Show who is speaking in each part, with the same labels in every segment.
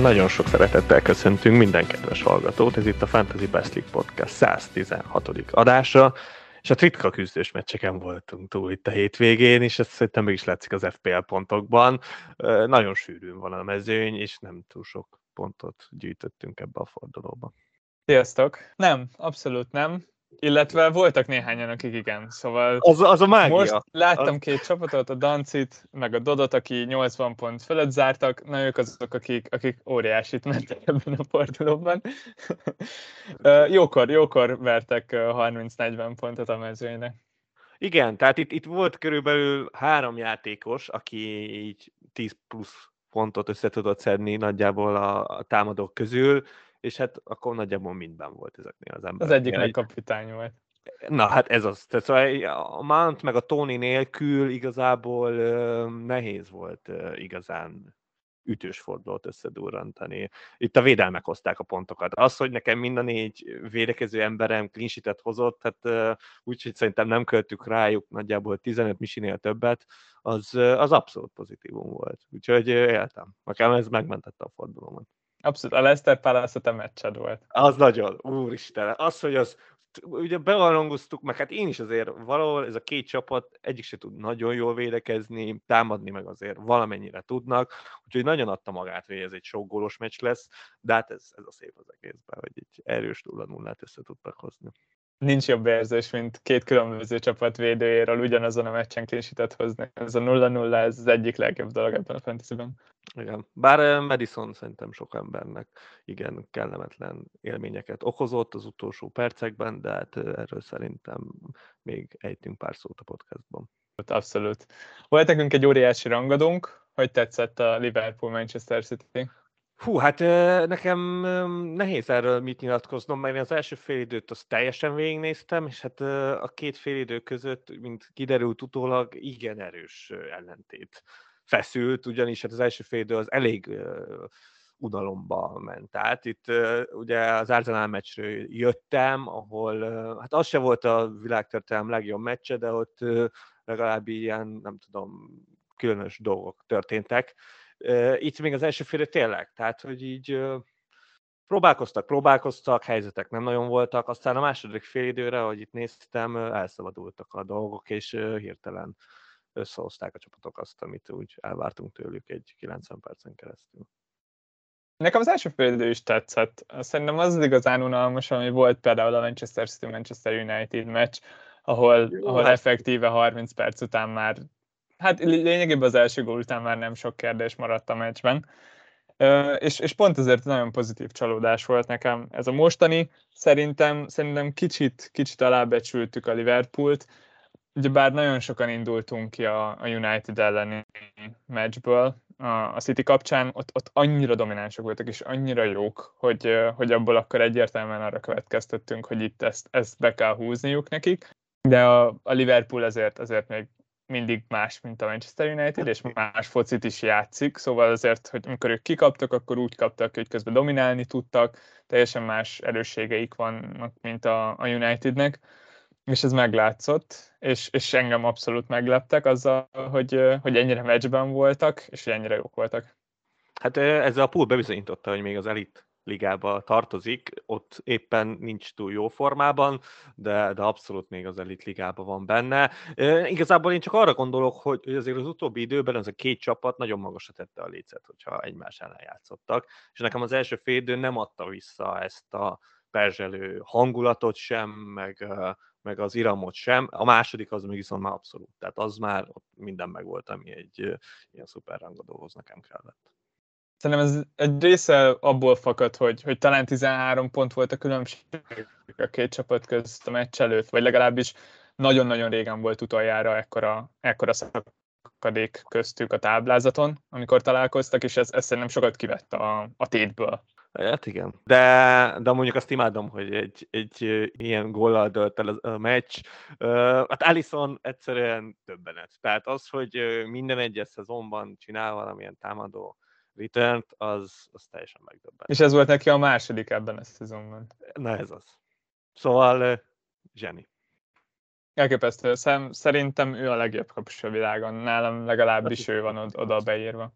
Speaker 1: Nagyon sok szeretettel köszöntünk minden kedves hallgatót, ez itt a Fantasy Best League Podcast 116. adása, és a ritka küzdős meccseken voltunk túl itt a hétvégén, és ez szerintem meg is látszik az FPL pontokban. Nagyon sűrűn van a mezőny, és nem túl sok pontot gyűjtöttünk ebbe a fordulóba.
Speaker 2: Sziasztok! Nem, abszolút nem. Illetve voltak néhányan, akik igen. Szóval
Speaker 1: az a mágia.
Speaker 2: Most láttam két csapatot, a Dancit, meg a Dodot, aki 80 pont fölött zártak. Na, ők azok, akik óriásit mentek ebben a fordulóban. jókor vertek 30-40 pontot a mezőnynek.
Speaker 1: Igen, tehát itt volt körülbelül 3 játékos, aki így 10 plusz pontot össze tudott szedni nagyjából a támadók közül, és hát akkor nagyjából mindben volt ezeknél az embereknél.
Speaker 2: Az egyiknek kapitány volt.
Speaker 1: Na, hát ez az. Tehát a Mount meg a Tony nélkül igazából nehéz volt igazán ütős fordulót összedurrantani. Itt a védelmek hozták a pontokat. Az, hogy nekem mind a 4 védekező emberem clean sheetet hozott, hát úgyhogy szerintem nem költük rájuk nagyjából 15 misinél többet, az abszolút pozitívum volt. Úgyhogy éltem. Nekem ez megmentette a fordulómat.
Speaker 2: Abszolút. A Leicester Palace a te meccsed volt.
Speaker 1: Az nagyon, úristen. Az, hogy az ugye bearangoztuk, meg hát én is azért valahol ez a két csapat egyik se tud nagyon jól védekezni, támadni meg azért valamennyire tudnak, úgyhogy nagyon adta magát, hogy ez egy sok gólos meccs lesz, de hát ez a szép az egészben, hogy egy erős 0-0-át össze tudtak hozni.
Speaker 2: Nincs jobb érzés, mint két különböző csapat védőjéről ugyanazon a meccsen clean sheetet hozni. Ez a 0-0, ez az egyik legjobb dolog ebben a fantasyben.
Speaker 1: Igen, bár Madison szerintem sok embernek igen kellemetlen élményeket okozott az utolsó percekben, de hát erről szerintem még ejtünk pár szót a podcastban.
Speaker 2: Abszolút. Volt nekünk egy óriási rangadónk, hogy tetszett a Liverpool-Manchester City?
Speaker 1: Hú, hát nekem nehéz erről mit nyilatkoznom, mert én az első félidőt azt teljesen végignéztem, és hát a két félidő között, mint kiderült utólag, igen erős ellentét feszült, ugyanis hát az első félidő az elég unalomba ment át. Itt ugye az Arsenal meccsről jöttem, ahol hát az se volt a világtörténelem legjobb meccse, de ott legalább ilyen, nem tudom, különös dolgok történtek. Itt még az első félidő tényleg, tehát hogy így próbálkoztak, helyzetek nem nagyon voltak, aztán a második félidőre, ahogy itt néztem, elszabadultak a dolgok, és hirtelen összehozták a csapatok azt, amit úgy elvártunk tőlük egy 90 percen keresztül.
Speaker 2: Nekem az első félidő is tetszett. Szerintem az igazán unalmas, ami volt például a Manchester City-Manchester United meccs, ahol effektíve 30 perc után már, hát lényegében az első gól után már nem sok kérdés maradt a meccsben. És pont ezért nagyon pozitív csalódás volt nekem. Ez a mostani, szerintem kicsit alábecsültük a Liverpoolt, ugyebár nagyon sokan indultunk ki a United elleni meccsből, a City kapcsán, ott annyira dominánsak voltak, és annyira jók, hogy abból akkor egyértelműen arra következtettünk, hogy itt ezt be kell húzniuk nekik, de a Liverpool azért még mindig más, mint a Manchester United, és más focit is játszik, szóval azért, hogy amikor ők kikaptak, akkor úgy kaptak, hogy közben dominálni tudtak, teljesen más erősségeik vannak, mint a Unitednek, és ez meglátszott, és engem abszolút megleptek azzal, hogy ennyire meccsben voltak, és hogy ennyire jók voltak.
Speaker 1: Hát ezzel a pool bebizonyította, hogy még az elit ligába tartozik, ott éppen nincs túl jó formában, de abszolút még az elit ligában van benne. Igazából én csak arra gondolok, hogy azért az utóbbi időben ez a két csapat nagyon magasra tette a lécet, hogyha egymás ellen játszottak, és nekem az első fél idő nem adta vissza ezt a perzselő hangulatot sem, meg az iramot sem. A második az még viszont már abszolút, tehát az már minden megvolt, ami egy ilyen szuper rangadóhoz nekem kellett.
Speaker 2: Szerintem ez egy része abból fakad, hogy talán 13 pont volt a különbség a két csapat között a meccs előtt, vagy legalábbis nagyon-nagyon régen volt utoljára ekkora szakadék köztük a táblázaton, amikor találkoztak, és ez szerintem sokat kivett a tétből.
Speaker 1: Hát igen, de mondjuk azt imádom, hogy egy ilyen góllal dölt el a meccs. Hát Alisson egyszerűen döbbenet. Tehát az, hogy minden egyes szezonban csinál valamilyen támadó returnt, az teljesen megdöbbent.
Speaker 2: És ez volt neki a második ebben a szezonban.
Speaker 1: Na ez az. Szóval zseni.
Speaker 2: Elképesztő. Szerintem ő a legjobb kapus a világon. Nálam legalábbis ő van oda beírva.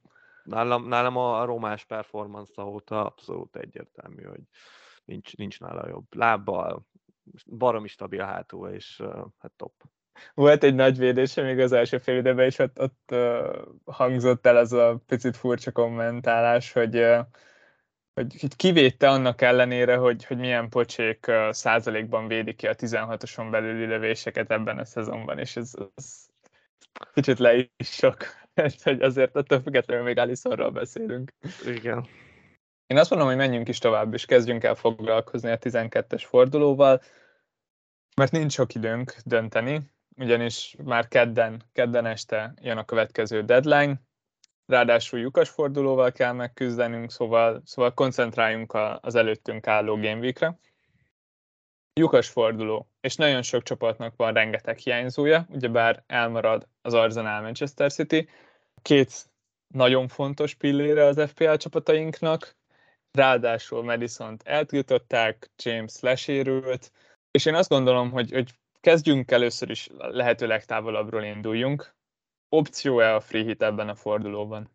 Speaker 1: nálam a romás performance óta abszolút egyértelmű, hogy nincs nála jobb. Lábbal, baromi stabil hátul, és hát top.
Speaker 2: Volt egy nagy védése még az első fél időben, és ott hangzott el az a picit furcsa kommentálás, hogy kivédte annak ellenére, hogy milyen pocsék százalékban védi ki a 16-oson belüli lövéseket ebben a szezonban, és ez kicsit le is sok, hogy azért attól függetlenül még Alisonról beszélünk.
Speaker 1: Igen.
Speaker 2: Én azt mondom, hogy menjünk is tovább, és kezdjünk el foglalkozni a 12-es fordulóval, mert nincs sok időnk dönteni, ugyanis már kedden este jön a következő deadline, ráadásul lyukas fordulóval kell megküzdenünk, szóval koncentráljunk az előttünk álló Game Weekre. Lyukas forduló, és nagyon sok csapatnak van rengeteg hiányzója, ugyebár elmarad az Arsenal Manchester City, két nagyon fontos pillére az FPL csapatainknak, ráadásul Madisont eltiltották, James lesérült, és én azt gondolom, hogy kezdjünk először is lehető legtávolabbról induljunk. Opció-e a free hit ebben a fordulóban?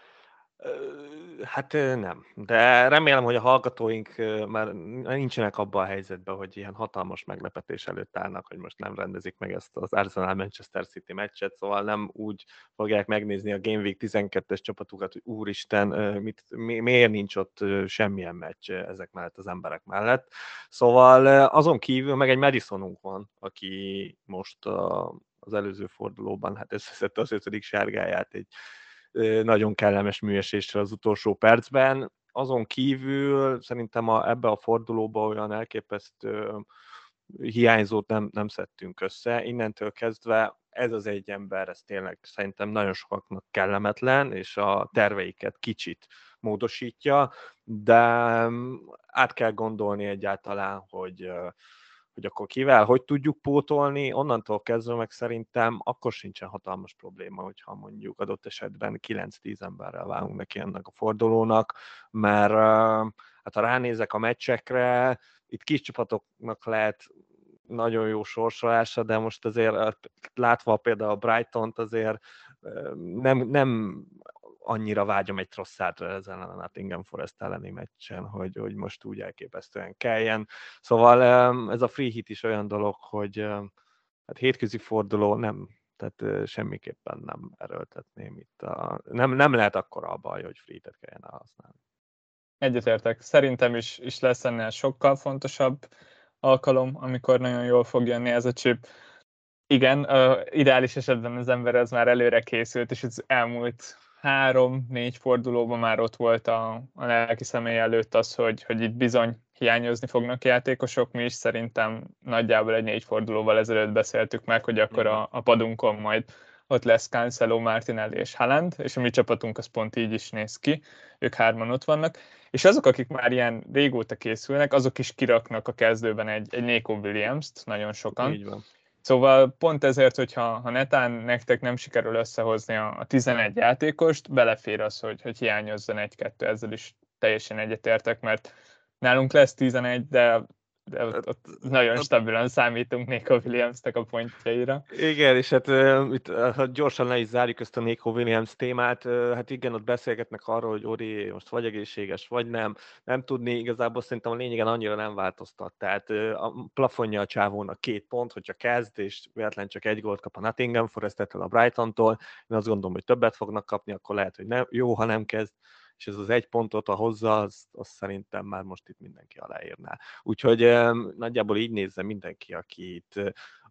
Speaker 1: Hát nem, de remélem, hogy a hallgatóink már nincsenek abban a helyzetben, hogy ilyen hatalmas meglepetés előtt állnak, hogy most nem rendezik meg ezt az Arsenal-Manchester City meccset, szóval nem úgy fogják megnézni a Game Week 12-es csapatukat, hogy úristen, miért nincs ott semmilyen meccs ezek mellett az emberek mellett. Szóval azon kívül meg egy Madisonunk van, aki most az előző fordulóban hát összeszedte az 5. sárgáját egy nagyon kellemes műesésre az utolsó percben. Azon kívül szerintem ebbe a fordulóba olyan elképesztő hiányzót nem szedtünk össze. Innentől kezdve ez az egy ember, ez tényleg szerintem nagyon sokaknak kellemetlen, és a terveiket kicsit módosítja, de át kell gondolni egyáltalán, hogy akkor kivel, hogy tudjuk pótolni, onnantól kezdve meg szerintem akkor sincsen hatalmas probléma, hogyha mondjuk adott esetben 9-10 emberrel vágunk neki ennek a fordulónak, mert hát ha ránézek a meccsekre, itt kis csapatoknak lehet nagyon jó sorsolása, de most azért látva például a Brightont azért nem annyira vágyom egy Trossardra ezen a Nottingham Forest elleni meccsen, hogy most úgy elképesztően kelljen. Szóval ez a free hit is olyan dolog, hogy hát hétközi forduló nem, tehát semmiképpen nem erőltetném itt. Nem lehet akkora a baj, hogy free hit-et kelljen használni.
Speaker 2: Egyetértek. Szerintem is lesz ennél sokkal fontosabb alkalom, amikor nagyon jól fog jönni ez a chip. Igen, ideális esetben az ember az már előre készült, és az elmúlt 3-4 fordulóban már ott volt a lelki személy előtt az, hogy itt bizony hiányozni fognak játékosok. Mi is szerintem nagyjából egy 4 fordulóval ezelőtt beszéltük meg, hogy akkor a padunkon majd ott lesz Cancelo, Martinelli és Haaland, és a mi csapatunk az pont így is néz ki, ők 3-an ott vannak, és azok, akik már ilyen régóta készülnek, azok is kiraknak a kezdőben egy Neco Williams-t, nagyon sokan.
Speaker 1: Így van.
Speaker 2: Szóval pont ezért, hogyha netán nektek nem sikerül összehozni a 11 játékost, belefér az, hogy hiányozzon 1-2, ezzel is teljesen egyetértek, mert nálunk lesz 11, de ott nagyon stabilan számítunk Neco Williams-nek a pontjaira.
Speaker 1: Igen, és hát itt gyorsan le is zárjuk ezt a Neco Williams témát. Hát igen, ott beszélgetnek arról, hogy Ori most vagy egészséges, vagy nem tudni. Igazából szerintem a lényegen annyira nem változtat. Tehát a plafonja a csávónak 2 pont, hogyha kezd, és véletlen csak 1 gólt kap a Nottingham Forest-től, a Brightontól. Én azt gondolom, hogy többet fognak kapni, akkor lehet, hogy nem, jó, ha nem kezd, és ez az 1 pontot, ha hozza, az szerintem már most itt mindenki aláírná. Úgyhogy nagyjából így nézze mindenki, aki itt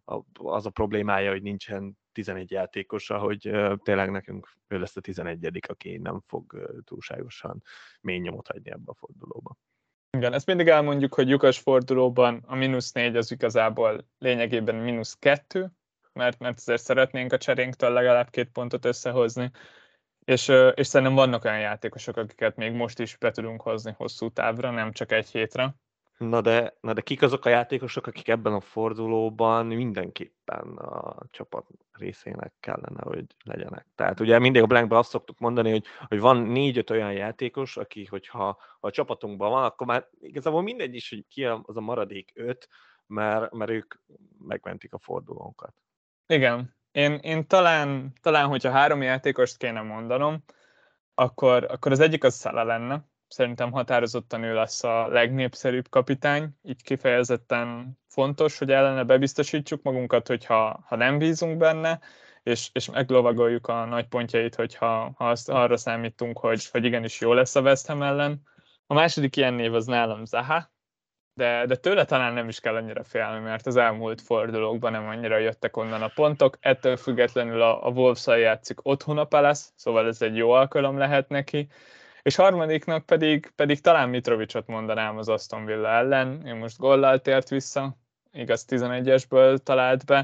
Speaker 1: az a problémája, hogy nincsen 11 játékosa, hogy tényleg nekünk ő lesz a 11., aki nem fog túlságosan mély nyomot hagyni ebbe a fordulóba.
Speaker 2: Igen, ezt mindig elmondjuk, hogy lyukas fordulóban a -4 az igazából lényegében -2, mert azért szeretnénk a cserénktől legalább 2 pontot összehozni, és szerintem vannak olyan játékosok, akiket még most is be tudunk hozni hosszú távra, nem csak 1 hétre.
Speaker 1: Na de kik azok a játékosok, akik ebben a fordulóban mindenképpen a csapat részének kellene, hogy legyenek. Tehát ugye mindig a Blankban azt szoktuk mondani, hogy van 4-5 olyan játékos, aki, hogyha a csapatunkban van, akkor már igazából mindegy is, hogy ki az a maradék 5, mert ők megmentik a fordulónkat.
Speaker 2: Igen, én talán hogyha 3 játékost kéne mondanom, akkor az egyik az Salah lenne. Szerintem határozottan ő lesz a legnépszerűbb kapitány. Így kifejezetten fontos, hogy ellene bebiztosítsuk magunkat, hogyha nem bízunk benne, és meglovagoljuk a nagy pontjait, hogyha arra számítunk, hogy igenis jó lesz a West Ham ellen. A második ilyen név az nálam Zaha, de tőle talán nem is kell annyira félni, mert az elmúlt fordulókban nem annyira jöttek onnan a pontok. Ettől függetlenül a Wolves-szal játszik otthon a Palace, szóval ez egy jó alkalom lehet neki. És harmadiknak pedig talán Mitrovicot mondanám az Aston Villa ellen. Ő most góllal tért vissza, igaz 11-esből talált be.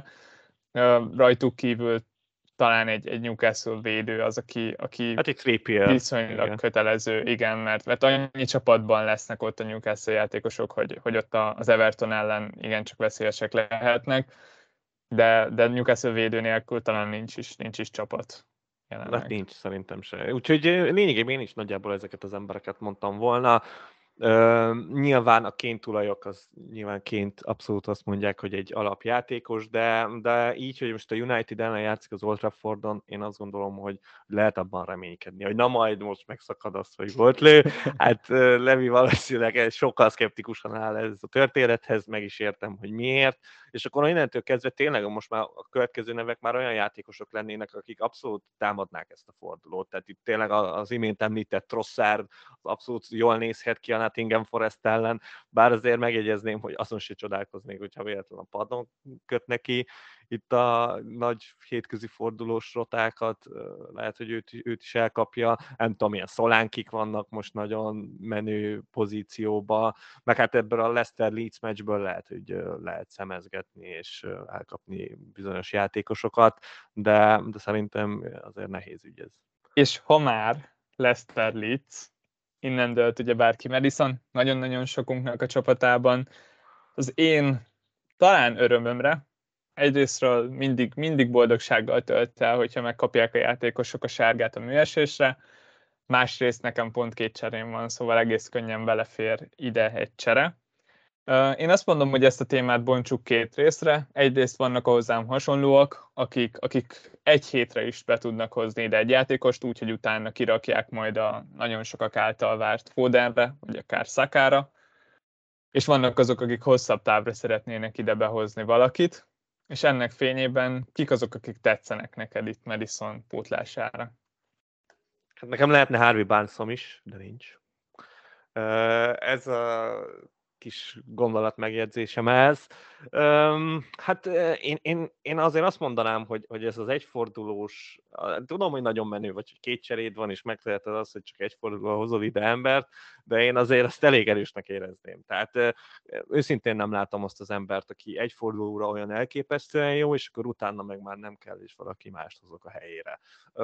Speaker 2: Rajtuk kívül talán egy Newcastle védő az, aki
Speaker 1: Hát egy Trippier.
Speaker 2: viszonylag kötelező, igen, mert annyi csapatban lesznek ott a Newcastle játékosok, hogy ott az Everton ellen igencsak veszélyesek lehetnek, de Newcastle védő nélkül talán nincs is csapat.
Speaker 1: Hát nincs, szerintem se. Úgyhogy lényegében én is nagyjából ezeket az embereket mondtam volna. Nyilván a Kane tulajok, az nyilván Kane abszolút azt mondják, hogy egy alapjátékos, de így, hogy most a United ellen játszik az Old Traffordon, én azt gondolom, hogy lehet abban reménykedni, hogy na majd most megszakad az, hogy volt lő. Hát Levi valószínűleg sokkal szkeptikusan áll ez a történethez, meg is értem, hogy miért. És akkor innentől kezdve tényleg most már a következő nevek már olyan játékosok lennének, akik abszolút támadnák ezt a fordulót. Tehát itt tényleg az imént említett Trossard az abszolút jól nézhet ki a Nottingham Forest ellen, bár azért megjegyezném, hogy azon se csodálkoznék, hogyha véletlenül a padon köt neki. Itt a nagy hétközi fordulós rotákat, lehet, hogy őt is elkapja. Nem tudom, milyen szolánkik vannak most nagyon menő pozícióba, meg hát ebből a Leicester Leeds meccsből lehet szemezgetni és elkapni bizonyos játékosokat, de szerintem azért nehéz ügy ez.
Speaker 2: És ha már Leicester Leeds, innen dölt ugye bárki Madison, nagyon-nagyon sokunknak a csapatában, az én talán örömömre, egyrésztről mindig boldogsággal tölt el, hogyha megkapják a játékosok a sárgát a műesésre, másrészt nekem pont 2 cserém van, szóval egész könnyen belefér ide egy csere. Én azt mondom, hogy ezt a témát bontsuk 2 részre. Egyrészt vannak a hozzám hasonlóak, akik egy hétre is be tudnak hozni ide egy játékost, úgyhogy utána kirakják majd a nagyon sokak által várt Fodenre, vagy akár Sakára. És vannak azok, akik hosszabb távra szeretnének ide behozni valakit, és ennek fényében kik azok, akik tetszenek neked itt Madison pótlására?
Speaker 1: Hát nekem lehetne Harvey Barnesom is, de nincs. Ez a kis gondolat megjegyzésem ez. Hát én azért azt mondanám, hogy ez az egyfordulós, tudom, hogy nagyon menő vagy, hogy 2 cseréd van, és megteheted azt, hogy csak egyfordulóval hozol ide embert, de én azért azt elég erősnek érezném. Tehát őszintén nem látom azt az embert, aki egy fordulóra olyan elképesztően jó, és akkor utána meg már nem kell, és valaki mást hozok a helyére.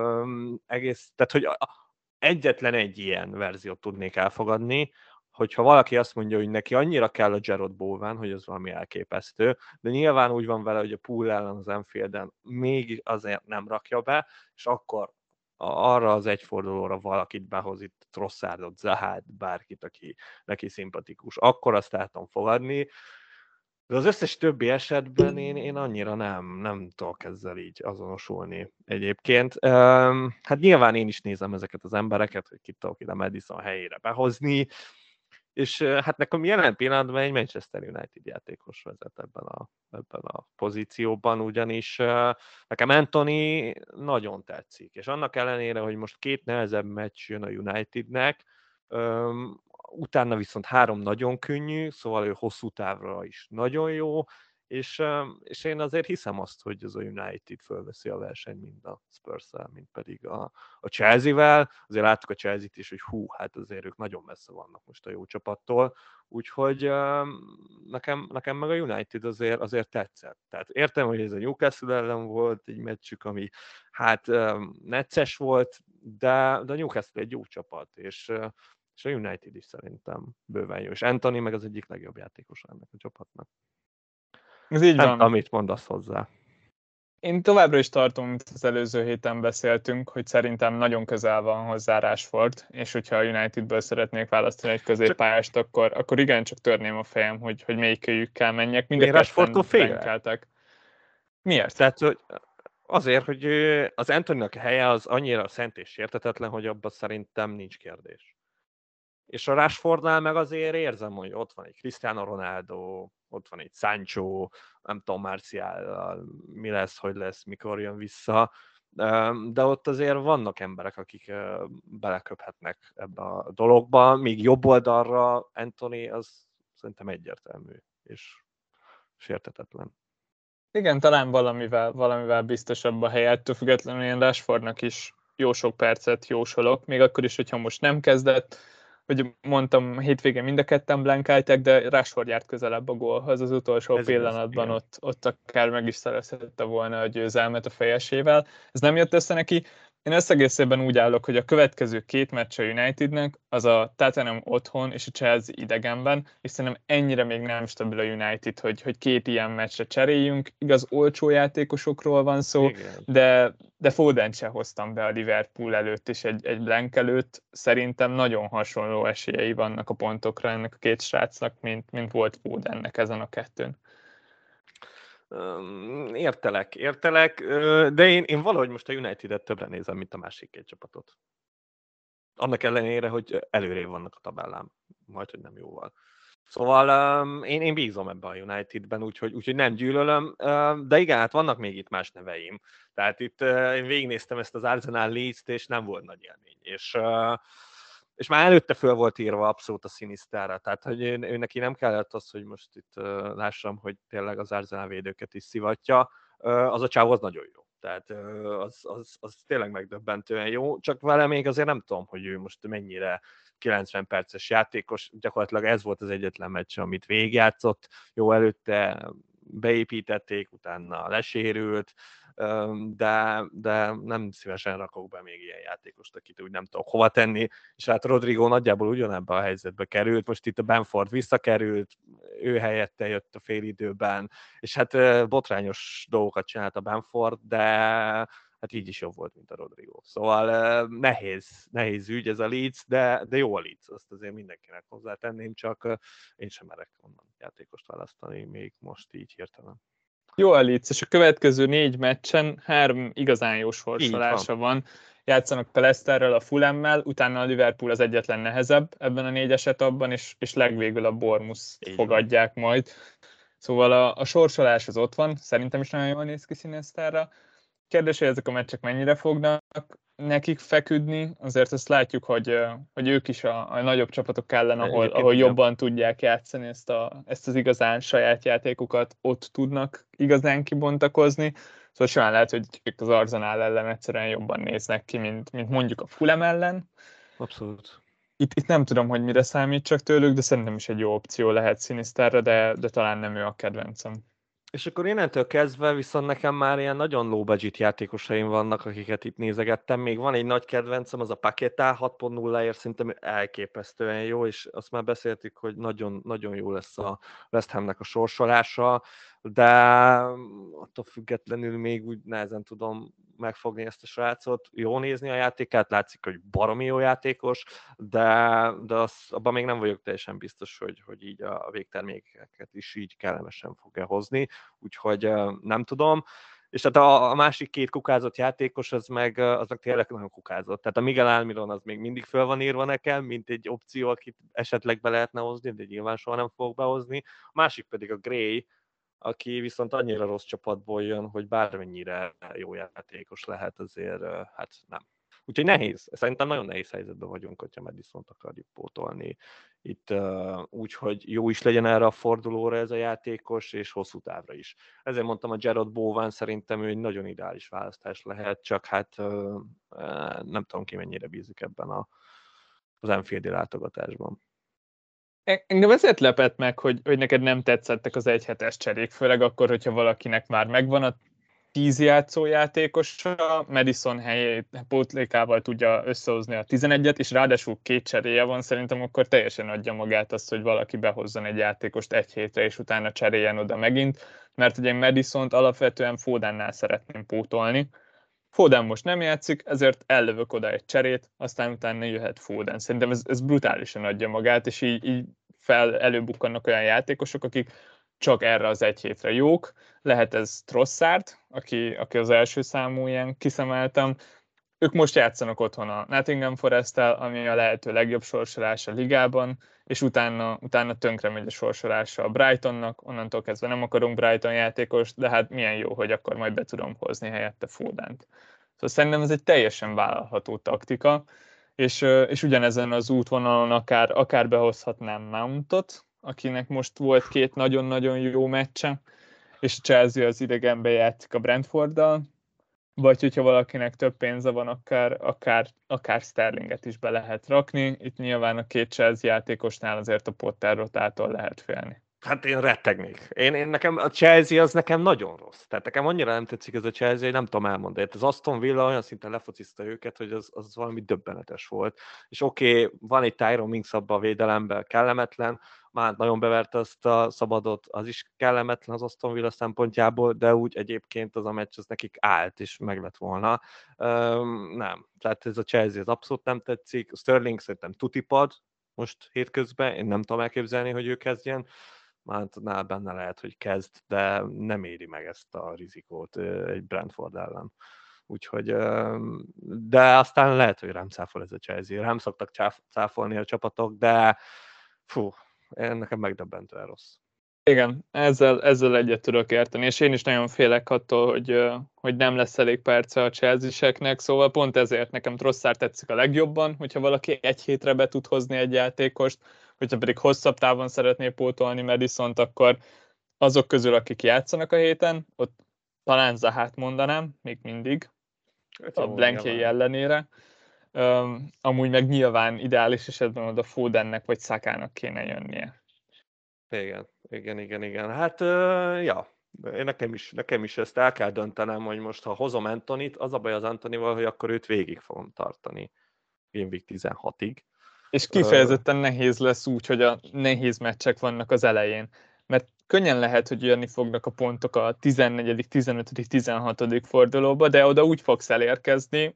Speaker 1: Tehát, hogy egyetlen egy ilyen verziót tudnék elfogadni, hogyha valaki azt mondja, hogy neki annyira kell a Jarrod Bowen, hogy az valami elképesztő, de nyilván úgy van vele, hogy a Pool ellen az Anfielden még azért nem rakja be, és akkor arra az egyfordulóra valakit behoz, itt Trossardot, Zahát, bárkit, aki neki szimpatikus, akkor azt el tudom fogadni. De az összes többi esetben én annyira nem tudok ezzel így azonosulni egyébként. Hát nyilván én is nézem ezeket az embereket, hogy kit tudok ide Madison helyére behozni, és hát nekem jelen pillanatban egy Manchester United játékos vezet ebben a pozícióban, ugyanis nekem Anthony nagyon tetszik, és annak ellenére, hogy most 2 nehezebb meccs jön a Unitednek, utána viszont 3 nagyon könnyű, szóval ő hosszú távra is nagyon jó, és én azért hiszem azt, hogy az a United fölveszi a versenyt mind a Spurs-szel, mind pedig a Chelsea-vel. Azért láttuk a Chelsea-t is, hogy hát azért ők nagyon messze vannak most a jó csapattól, úgyhogy nekem meg a United azért tetszett. Tehát értem, hogy ez a Newcastle ellen volt egy meccsük, ami hát necces volt, de a Newcastle egy jó csapat, és a United is szerintem bőven jó. És Anthony meg az egyik legjobb játékos ennek a csapatnak.
Speaker 2: Ez így van.
Speaker 1: Amit mondasz hozzá.
Speaker 2: Én továbbra is tartom, mint az előző héten beszéltünk, hogy szerintem nagyon közel van hozzá Rashford, és hogyha a Unitedből szeretnék választani egy középpályást, akkor igencsak törném a fejem, hogy melyikőjükkel menjek.
Speaker 1: Rashfordtól félek.
Speaker 2: Miért?
Speaker 1: Tehát, hogy Azért, hogy az Anthonynak helye az annyira szent és sértetetlen, hogy abban szerintem nincs kérdés. És a Rashfordnál meg azért érzem, hogy ott van egy Cristiano Ronaldo, ott van egy Sancho, nem tudom Martial, mi lesz, hogy lesz, mikor jön vissza, de ott azért vannak emberek, akik beleköphetnek ebbe a dologba, míg jobb oldalra Anthony az szerintem egyértelmű és sértetetlen.
Speaker 2: Igen, talán valamivel biztosabb a helye, ettől függetlenül én Rashfordnak is jó sok percet jósolok, még akkor is, hogyha most nem kezdett, hogy mondtam, hétvégén mind a ketten blankálták, de Rashford járt közelebb a gólhoz az utolsó
Speaker 1: Ez igaz,
Speaker 2: pillanatban,
Speaker 1: igen.
Speaker 2: ott akár meg is szerezhette volna a győzelmet a fejesével. Ez nem jött össze neki. Én összegészében úgy állok, hogy a következő két meccs a Unitednek az a Tottenham otthon és a Chelsea idegenben, és szerintem ennyire még nem stabil a United, hogy két ilyen meccsre cseréljünk. Igaz, olcsó játékosokról van szó,
Speaker 1: Igen.
Speaker 2: de Fodent se hoztam be a Liverpool előtt és egy blank előtt. Szerintem nagyon hasonló esélyei vannak a pontokra ennek a két srácnak, mint volt Fodennek ezen a kettőn.
Speaker 1: Értelek, de én valahogy most a United-et többre nézem, mint a másik két csapatot. Annak ellenére, hogy előrébb vannak a tabellám, majd, hogy nem jóval. Szóval én bízom ebben a Unitedben, úgyhogy nem gyűlölöm, de igen, hát vannak még itt más neveim. Tehát itt én végignéztem ezt az Arsenal Leeds-t, és nem volt nagy élmény. És már előtte föl volt írva abszolút a Sinisterra, tehát hogy ő neki nem kellett az, hogy most itt lássam, hogy tényleg az Arsenal védőket is szivatja, az a csáv az nagyon jó. Tehát az tényleg megdöbbentően jó, csak vele még azért nem tudom, hogy ő most mennyire 90 perces játékos, gyakorlatilag ez volt az egyetlen meccs, amit végigjátszott, jó előtte beépítették, utána lesérült, de nem szívesen rakok be még ilyen játékost, akit úgy nem tudok hova tenni, és hát Rodrigo nagyjából ugyanebben a helyzetbe került, most itt a Bamford visszakerült, ő helyette jött a félidőben, és hát botrányos dolgokat csinált a Bamford, de hát így is jobb volt, mint a Rodrigo. Szóval nehéz ügy ez a Leeds, de jó a Leeds, azt azért mindenkinek hozzátenném, csak én sem merek onnan játékost választani, még most így hirtelen.
Speaker 2: Jó a Leeds, és a következő 4 meccsen 3 igazán jó
Speaker 1: Így van.
Speaker 2: sorsolása van. Játszanak a Leicesterrel, a Fulhammel, utána a Liverpool az egyetlen nehezebb ebben a 4 etapban, és legvégül a Bournemouth fogadják majd. Szóval a sorsolás az ott van, szerintem is nagyon jól néz ki Sinisterra. Kérdés, hogy ezek a meccsek mennyire fognak nekik feküdni, azért azt látjuk, hogy ők is a nagyobb csapatok ellen, ahol jobban tudják játszani ezt az igazán saját játékukat, ott tudnak igazán kibontakozni. Szóval simán lehet, hogy az Arsenal ellen egyszerűen jobban néznek ki, mint mondjuk a Fulham ellen.
Speaker 1: Abszolút.
Speaker 2: Itt nem tudom, hogy mire számítsak tőlük, de szerintem is egy jó opció lehet Sinisterre, de talán nem ő a kedvencem.
Speaker 1: És akkor innentől kezdve viszont nekem már ilyen nagyon low budget játékosaim vannak, akiket itt nézegettem. Még van egy nagy kedvencem, az a Paquetá 6.0-ért szerintem elképesztően jó, és azt már beszéltük, hogy nagyon, nagyon jó lesz a West Hamnek a sorsolása, de attól függetlenül még úgy nehezen tudom megfogni ezt a srácot, jó nézni a játékát, látszik, hogy baromi jó játékos, de abban még nem vagyok teljesen biztos, hogy így a végtermékeket is így kellemesen fogja hozni, úgyhogy nem tudom. És hát a másik két kukázott játékos, az meg tényleg nagyon kukázott. Tehát a Miguel Almiron az még mindig föl van írva nekem, mint egy opció, akit esetleg be lehetne hozni, de nyilván soha nem fogok behozni. A másik pedig a Gray, aki viszont annyira rossz csapatból jön, hogy bármennyire jó játékos lehet, azért hát nem. Úgyhogy nehéz, szerintem nagyon nehéz helyzetben vagyunk, hogyha Madisont akarjuk pótolni. Itt úgy, hogy jó is legyen erre a fordulóra ez a játékos, és hosszú távra is. Ezért mondtam, a Jarrod Bowen szerintem ő egy nagyon ideális választás lehet, csak hát nem tudom ki mennyire bízik ebben az Anfieldi látogatásban.
Speaker 2: Engem ezért lepett meg, hogy neked nem tetszettek az egyhetes cserék, főleg akkor, hogyha valakinek már megvan a 10 játszójátékosa, Madison helyét pótlékával tudja összehozni a 11-et, és ráadásul 2 cseréje van, szerintem akkor teljesen adja magát azt, hogy valaki behozzon egy játékost egy hétre, és utána cseréljen oda megint, mert ugye Madisont alapvetően Fodennál szeretném pótolni. Foden most nem játszik, ezért ellövök oda egy cserét, aztán utána jöhet Foden. Szerintem ez brutálisan adja magát, és így előbukkannak olyan játékosok, akik csak erre az egy hétre jók. Lehet ez Trossard, aki az első számú ilyen kiszemeltem. Ők most játszanak otthon a Nottingham Forest-tel, ami a lehető legjobb sorsolás a ligában, és utána tönkre megy a sorsolása a Brightonnak, onnantól kezdve nem akarunk Brighton játékos, de hát milyen jó, hogy akkor majd be tudom hozni helyette Fodent. Szóval szerintem ez egy teljesen vállalható taktika, és ugyanezen az útvonalon akár behozhatnám Mountot, akinek most volt 2 nagyon-nagyon jó meccse, és a Chelsea az idegenbe játszik a Brentforddal, vagy hogyha valakinek több pénze van, akár Sterlinget is be lehet rakni. Itt nyilván a 2 Chelsea játékosnál azért a Potter rotától lehet félni.
Speaker 1: Hát én rettegnék. Nekem a Chelsea az nekem nagyon rossz. Tehát nekem annyira nem tetszik ez a Chelsea, hogy nem tudom elmondani. Az Aston Villa olyan szinten lefociszta őket, hogy az valami döbbenetes volt. És oké, van egy Tyrone Mings abban a védelemben, kellemetlen, már nagyon beverte azt a szabadot, az is kellemetlen az Aston Villa szempontjából, de úgy egyébként az a meccs az nekik állt, és meg lett volna. Nem. Tehát ez a Chelsea az abszolút nem tetszik. A Sterling szerintem tutipad most hétközben, én nem tudom elképzelni, hogy ő kezdjen. Mountnál benne lehet, hogy kezd, de nem éri meg ezt a rizikót egy Brentford ellen. Úgyhogy, de aztán lehet, hogy rám cáfol ez a Chelsea. Rám szoktak cáfolni a csapatok, de nekem megdöbbentően rossz.
Speaker 2: Igen, ezzel egyet tudok érteni, és én is nagyon félek attól, hogy nem lesz elég perce a Chelsea-seknek, szóval pont ezért nekem Trossard tetszik a legjobban, hogyha valaki egy hétre be tud hozni egy játékost, hogyha pedig hosszabb távon szeretné pótolni Madisont, akkor azok közül, akik játszanak a héten, ott talán Zahát mondanám, még mindig, a Blankjei ellenére. Amúgy meg nyilván ideális esetben oda Fodennek vagy Szakának kéne jönnie.
Speaker 1: Igen. Hát, ja, nekem is ezt el kell döntenem, hogy most ha hozom Antonit, az a baj az Antonival, hogy akkor őt végig fogom tartani Game Week 16-ig.
Speaker 2: És kifejezetten nehéz lesz úgy, hogy a nehéz meccsek vannak az elején. Mert könnyen lehet, hogy jönni fognak a pontok a 14., 15., 16. fordulóba, de oda úgy fogsz elérkezni,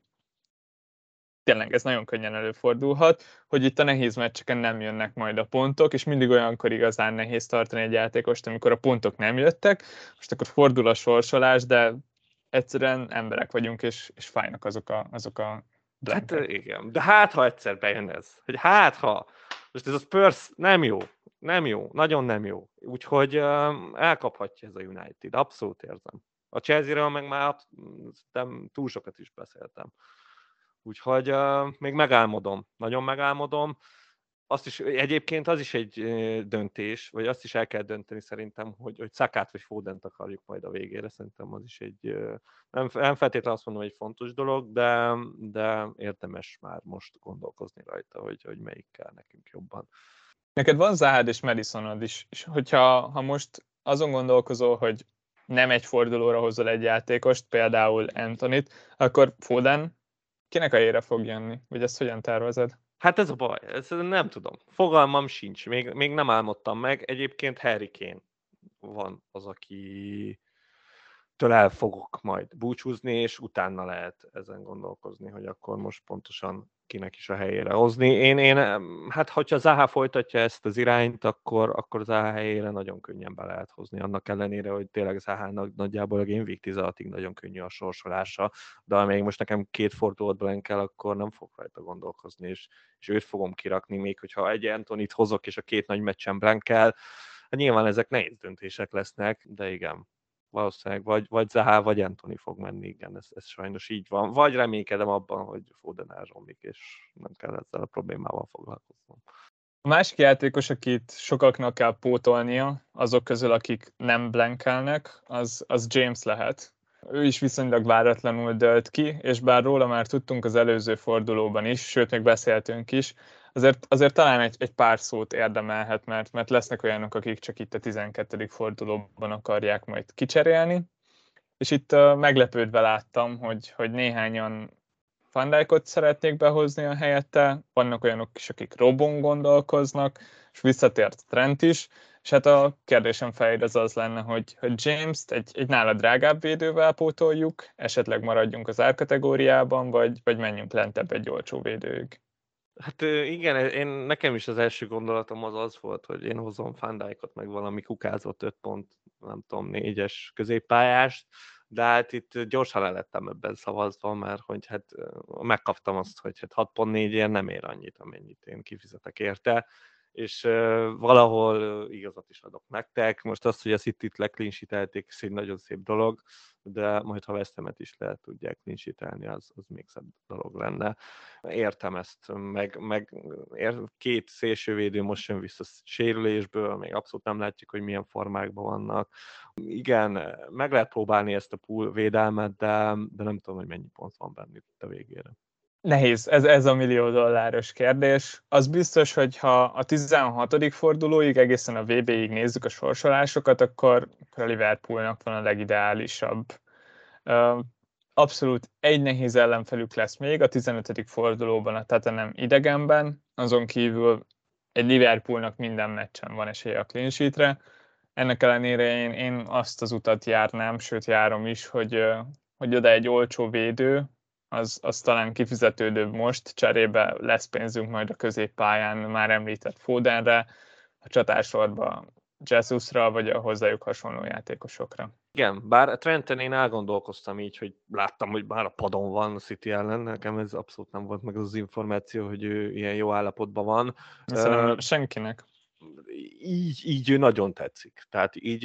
Speaker 2: tényleg ez nagyon könnyen előfordulhat, hogy itt a nehéz meccseken nem jönnek majd a pontok, és mindig olyankor igazán nehéz tartani egy játékost, amikor a pontok nem jöttek, most akkor fordul a sorsolás, de egyszerűen emberek vagyunk, és fájnak azok a
Speaker 1: blankek. Hát igen, de hát ha egyszer bejön ez, hogy most ez a Spurs nem jó, nagyon nem jó, úgyhogy elkaphatja ez a United, abszolút érzem. A Chelsea-ről meg már túl sokat is beszéltem. Úgyhogy még nagyon megálmodom. Egyébként az is egy döntés, vagy azt is el kell dönteni szerintem, hogy Szakát vagy Fodent akarjuk majd a végére. Szerintem az is egy, nem feltétlenül azt mondom, hogy egy fontos dolog, de érdemes már most gondolkozni rajta, hogy melyik kell nekünk jobban.
Speaker 2: Neked van Zahád és Madisonod is, és hogyha most azon gondolkozol, hogy nem egy fordulóra hozol egy játékost, például Antonit, akkor Foden kinek a helyére fog jönni? Vagy ezt hogyan tervezed?
Speaker 1: Hát ez a baj, ezt nem tudom. Fogalmam sincs, még nem álmodtam meg. Egyébként Harry Kane van az, aki től el fogok majd búcsúzni, és utána lehet ezen gondolkozni, hogy akkor most pontosan kinek is a helyére hozni. Hát hogyha Zaha folytatja ezt az irányt, akkor Zaha helyére nagyon könnyen be lehet hozni, annak ellenére, hogy tényleg Zahának nagyjából a Game Week 16-ig nagyon könnyű a sorsolása, de még most nekem 2 fordulót blankel, akkor nem fog rajta gondolkozni, és őt fogom kirakni, még hogyha egy Antonit hozok, és a 2 nagy meccsen blankel, hát nyilván ezek nehéz döntések lesznek, de igen. Valószínűleg vagy Zaha, vagy Antoni fog menni, igen, ez sajnos így van. Vagy reménykedem abban, hogy Foden elzsomlik, és nem kell ezzel a problémával foglalkoznom.
Speaker 2: A másik játékos, akit sokaknak kell pótolnia, azok közül, akik nem blankelnek, az James lehet. Ő is viszonylag váratlanul dölt ki, és bár róla már tudtunk az előző fordulóban is, sőt, még beszéltünk is, azért talán egy pár szót érdemelhet, mert lesznek olyanok, akik csak itt a 12. fordulóban akarják majd kicserélni. És itt meglepődve láttam, hogy néhányan Van Dijkot szeretnék behozni a helyette, vannak olyanok is, akik Robon gondolkoznak, és visszatért Trent is, és hát a kérdésem fejére az lenne, hogy James-t egy nála drágább védővel pótoljuk, esetleg maradjunk az árkategóriában, vagy menjünk lentebb egy olcsó védőig.
Speaker 1: Hát igen, nekem is az első gondolatom az volt, hogy én hozom Van Dijkot, meg valami kukázott 5 pont, nem tudom, 4-es középpályást, de hát itt gyorsan el lettem ebben szavazva, mert hogy hát megkaptam azt, hogy hát 6.4-ért nem ér annyit, amennyit én kifizetek érte, és valahol igazat is adok nektek. Most azt, hogy a City-t leklinsítelték, ez egy nagyon szép dolog, de majd ha West Hamet is lehet tudják klinsítelni, az még szebb dolog lenne. Értem ezt, meg két szélsővédő most jön vissza sérülésből, még abszolút nem látjuk, hogy milyen formákban vannak. Igen, meg lehet próbálni ezt a pool védelmet, de nem tudom, hogy mennyi pont van bennük itt a végére.
Speaker 2: Nehéz, ez a $1 millió kérdés. Az biztos, hogy ha a 16. fordulóig, egészen a VB-ig nézzük a sorsolásokat, akkor a Liverpoolnak van a legideálisabb. Abszolút egy nehéz ellenfelük lesz még a 15. fordulóban a Tottenham idegenben, azon kívül egy Liverpoolnak minden meccsen van esélye a clean sheetre. Ennek ellenére én azt az utat járnám, sőt járom is, hogy oda egy olcsó védő, az talán kifizetődőbb most, cserébe lesz pénzünk majd a középpályán már említett Fodenre, a csatársorba Jesusra, vagy a hozzájuk hasonló játékosokra.
Speaker 1: Igen, bár Trenten én elgondolkoztam így, hogy láttam, hogy már a padon van a City ellen, nekem ez abszolút nem volt meg az információ, hogy ő ilyen jó állapotban van.
Speaker 2: Szerintem senkinek.
Speaker 1: Így ő nagyon tetszik. Tehát így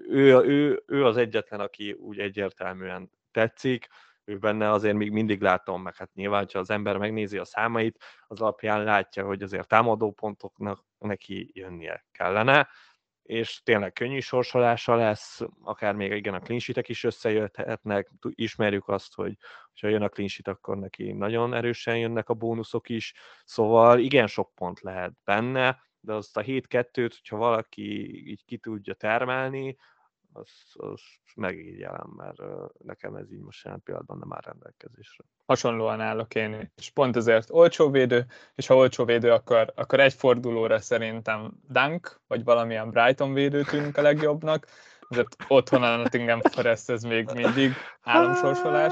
Speaker 1: ő az egyetlen, aki úgy egyértelműen tetszik, ő benne azért még mindig látom, meg hát nyilván, ha az ember megnézi a számait, az alapján látja, hogy azért támadó pontoknak neki jönnie kellene, és tényleg könnyű sorsolása lesz, akár még igen a clean sheetek is összejöhetnek, ismerjük azt, hogy ha jön a clean sheet, akkor neki nagyon erősen jönnek a bónuszok is, szóval igen sok pont lehet benne, de azt a 7-2-t, hogyha valaki így ki tudja termelni, az megígyelem, mert nekem ez így most jelen pillanatban nem áll rendelkezésre.
Speaker 2: Hasonlóan állok én, és pont ezért olcsó védő, és ha olcsó védő, akkor egy fordulóra szerintem Dunk, vagy valamilyen Brighton védő tűnik a legjobbnak, ezért otthon a Nottingham Forest ez még mindig álomsorsolás.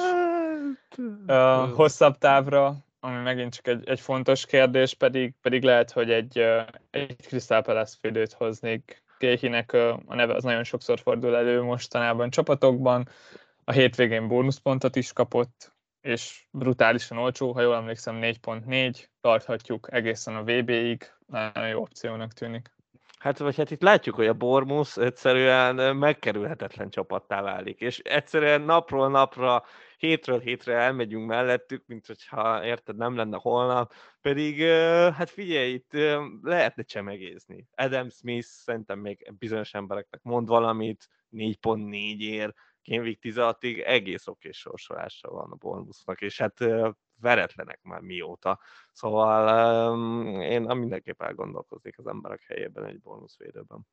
Speaker 2: Hosszabb távra, ami megint csak egy fontos kérdés, pedig lehet, hogy egy Crystal Palace védőt hoznék. Kéhinek a neve az nagyon sokszor fordul elő mostanában csapatokban, a hétvégén bónuszpontot is kapott, és brutálisan olcsó, ha jól emlékszem 4.4, tarthatjuk egészen a VB-ig, nagyon jó opciónak tűnik.
Speaker 1: Hát vagy hát itt látjuk, hogy a Bournemouth egyszerűen megkerülhetetlen csapattá válik, és egyszerűen napról napra, hétről hétre elmegyünk mellettük, mint hogyha érted, nem lenne holnap, pedig hát figyelj, itt lehetne csemegézni. Adam Smith szerintem még bizonyos embereknek mond valamit, 4.4-ért, Game Week 16-ig egész okés sorsolása van a Bournemouthnak, és hát veretlenek már mióta. Szóval én mindenképp elgondolkoznék az emberek helyében egy bónuszvédőben.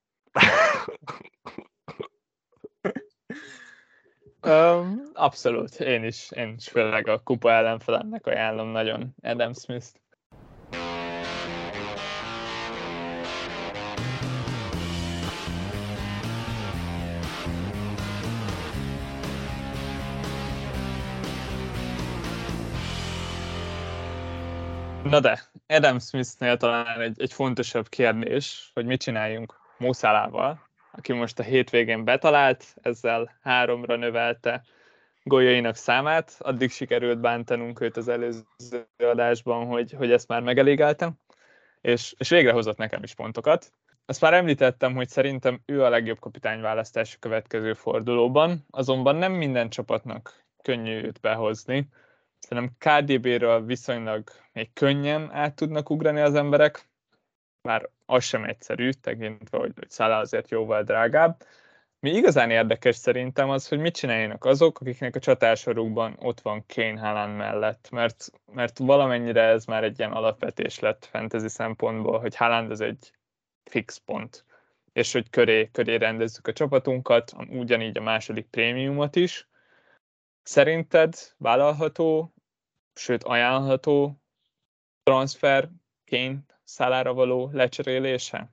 Speaker 2: Abszolút, én is főleg a kupa ellenfelemnek ajánlom nagyon Adam Smith-t. Na de, Adam Smithnél talán egy fontosabb kérdés, hogy mit csináljunk Mo Salahval, aki most a hétvégén betalált, ezzel 3-ra növelte góljainak számát. Addig sikerült bántanunk őt az előző adásban, hogy ezt már megelégeltem, és végre hozott nekem is pontokat. Azt már említettem, hogy szerintem ő a legjobb kapitányválasztás a következő fordulóban, azonban nem minden csapatnak könnyű őt behozni. Szerintem KDB-ről viszonylag még könnyen át tudnak ugrani az emberek, már az sem egyszerű, tekintve, hogy Salah azért jóval drágább. Mi igazán érdekes szerintem az, hogy mit csináljanak azok, akiknek a csatársorukban ott van Kane Haaland mellett, mert valamennyire ez már egy ilyen alapvetés lett fantasy szempontból, hogy Haaland az egy fix pont, és hogy köré rendezzük a csapatunkat, ugyanígy a második prémiumot is. Szerinted vállalható, sőt ajánlható transfer Kane Salahra való lecserélése?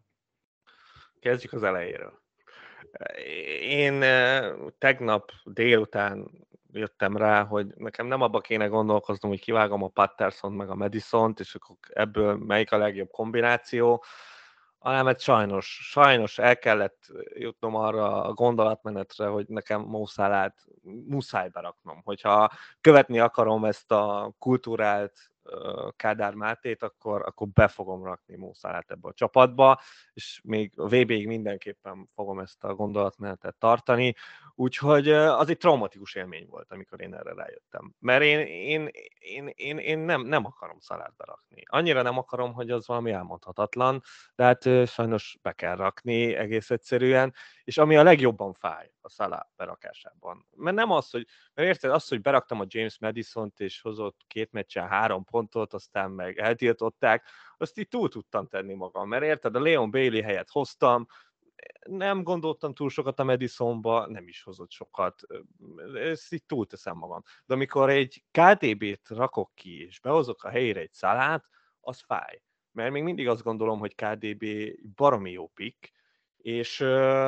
Speaker 1: Kezdjük az elejéről. Én tegnap délután jöttem rá, hogy nekem nem abba kéne gondolkoznom, hogy kivágom a Pattersont meg a Madisont, és akkor ebből melyik a legjobb kombináció, hanem hát sajnos el kellett jutnom arra a gondolatmenetre, hogy nekem Mo Salát muszáj beraknom. Hogyha követni akarom ezt a kultúrált Kádár Mátét, akkor be fogom rakni Mo Salát ebbe a csapatba, és még a VB-ig mindenképpen fogom ezt a gondolatmenetet tartani. Úgyhogy az egy traumatikus élmény volt, amikor én erre rájöttem. Mert én nem akarom Salát berakni. Annyira nem akarom, hogy az valami elmondhatatlan, de hát sajnos be kell rakni egész egyszerűen, és ami a legjobban fáj a Salah berakásában. Mert nem az, mert érted, az, hogy beraktam a James Madisont, és hozott 2 meccsen 3 pontot, aztán meg eltiltották, azt így túl tudtam tenni magam, mert érted, a Leon Bailey helyett hoztam, nem gondoltam túl sokat a Madisonba, nem is hozott sokat, ezt így túlteszem magam. De amikor egy KDB-t rakok ki, és behozok a helyére egy Salát, az fáj. Mert még mindig azt gondolom, hogy KDB baromi jó pick, és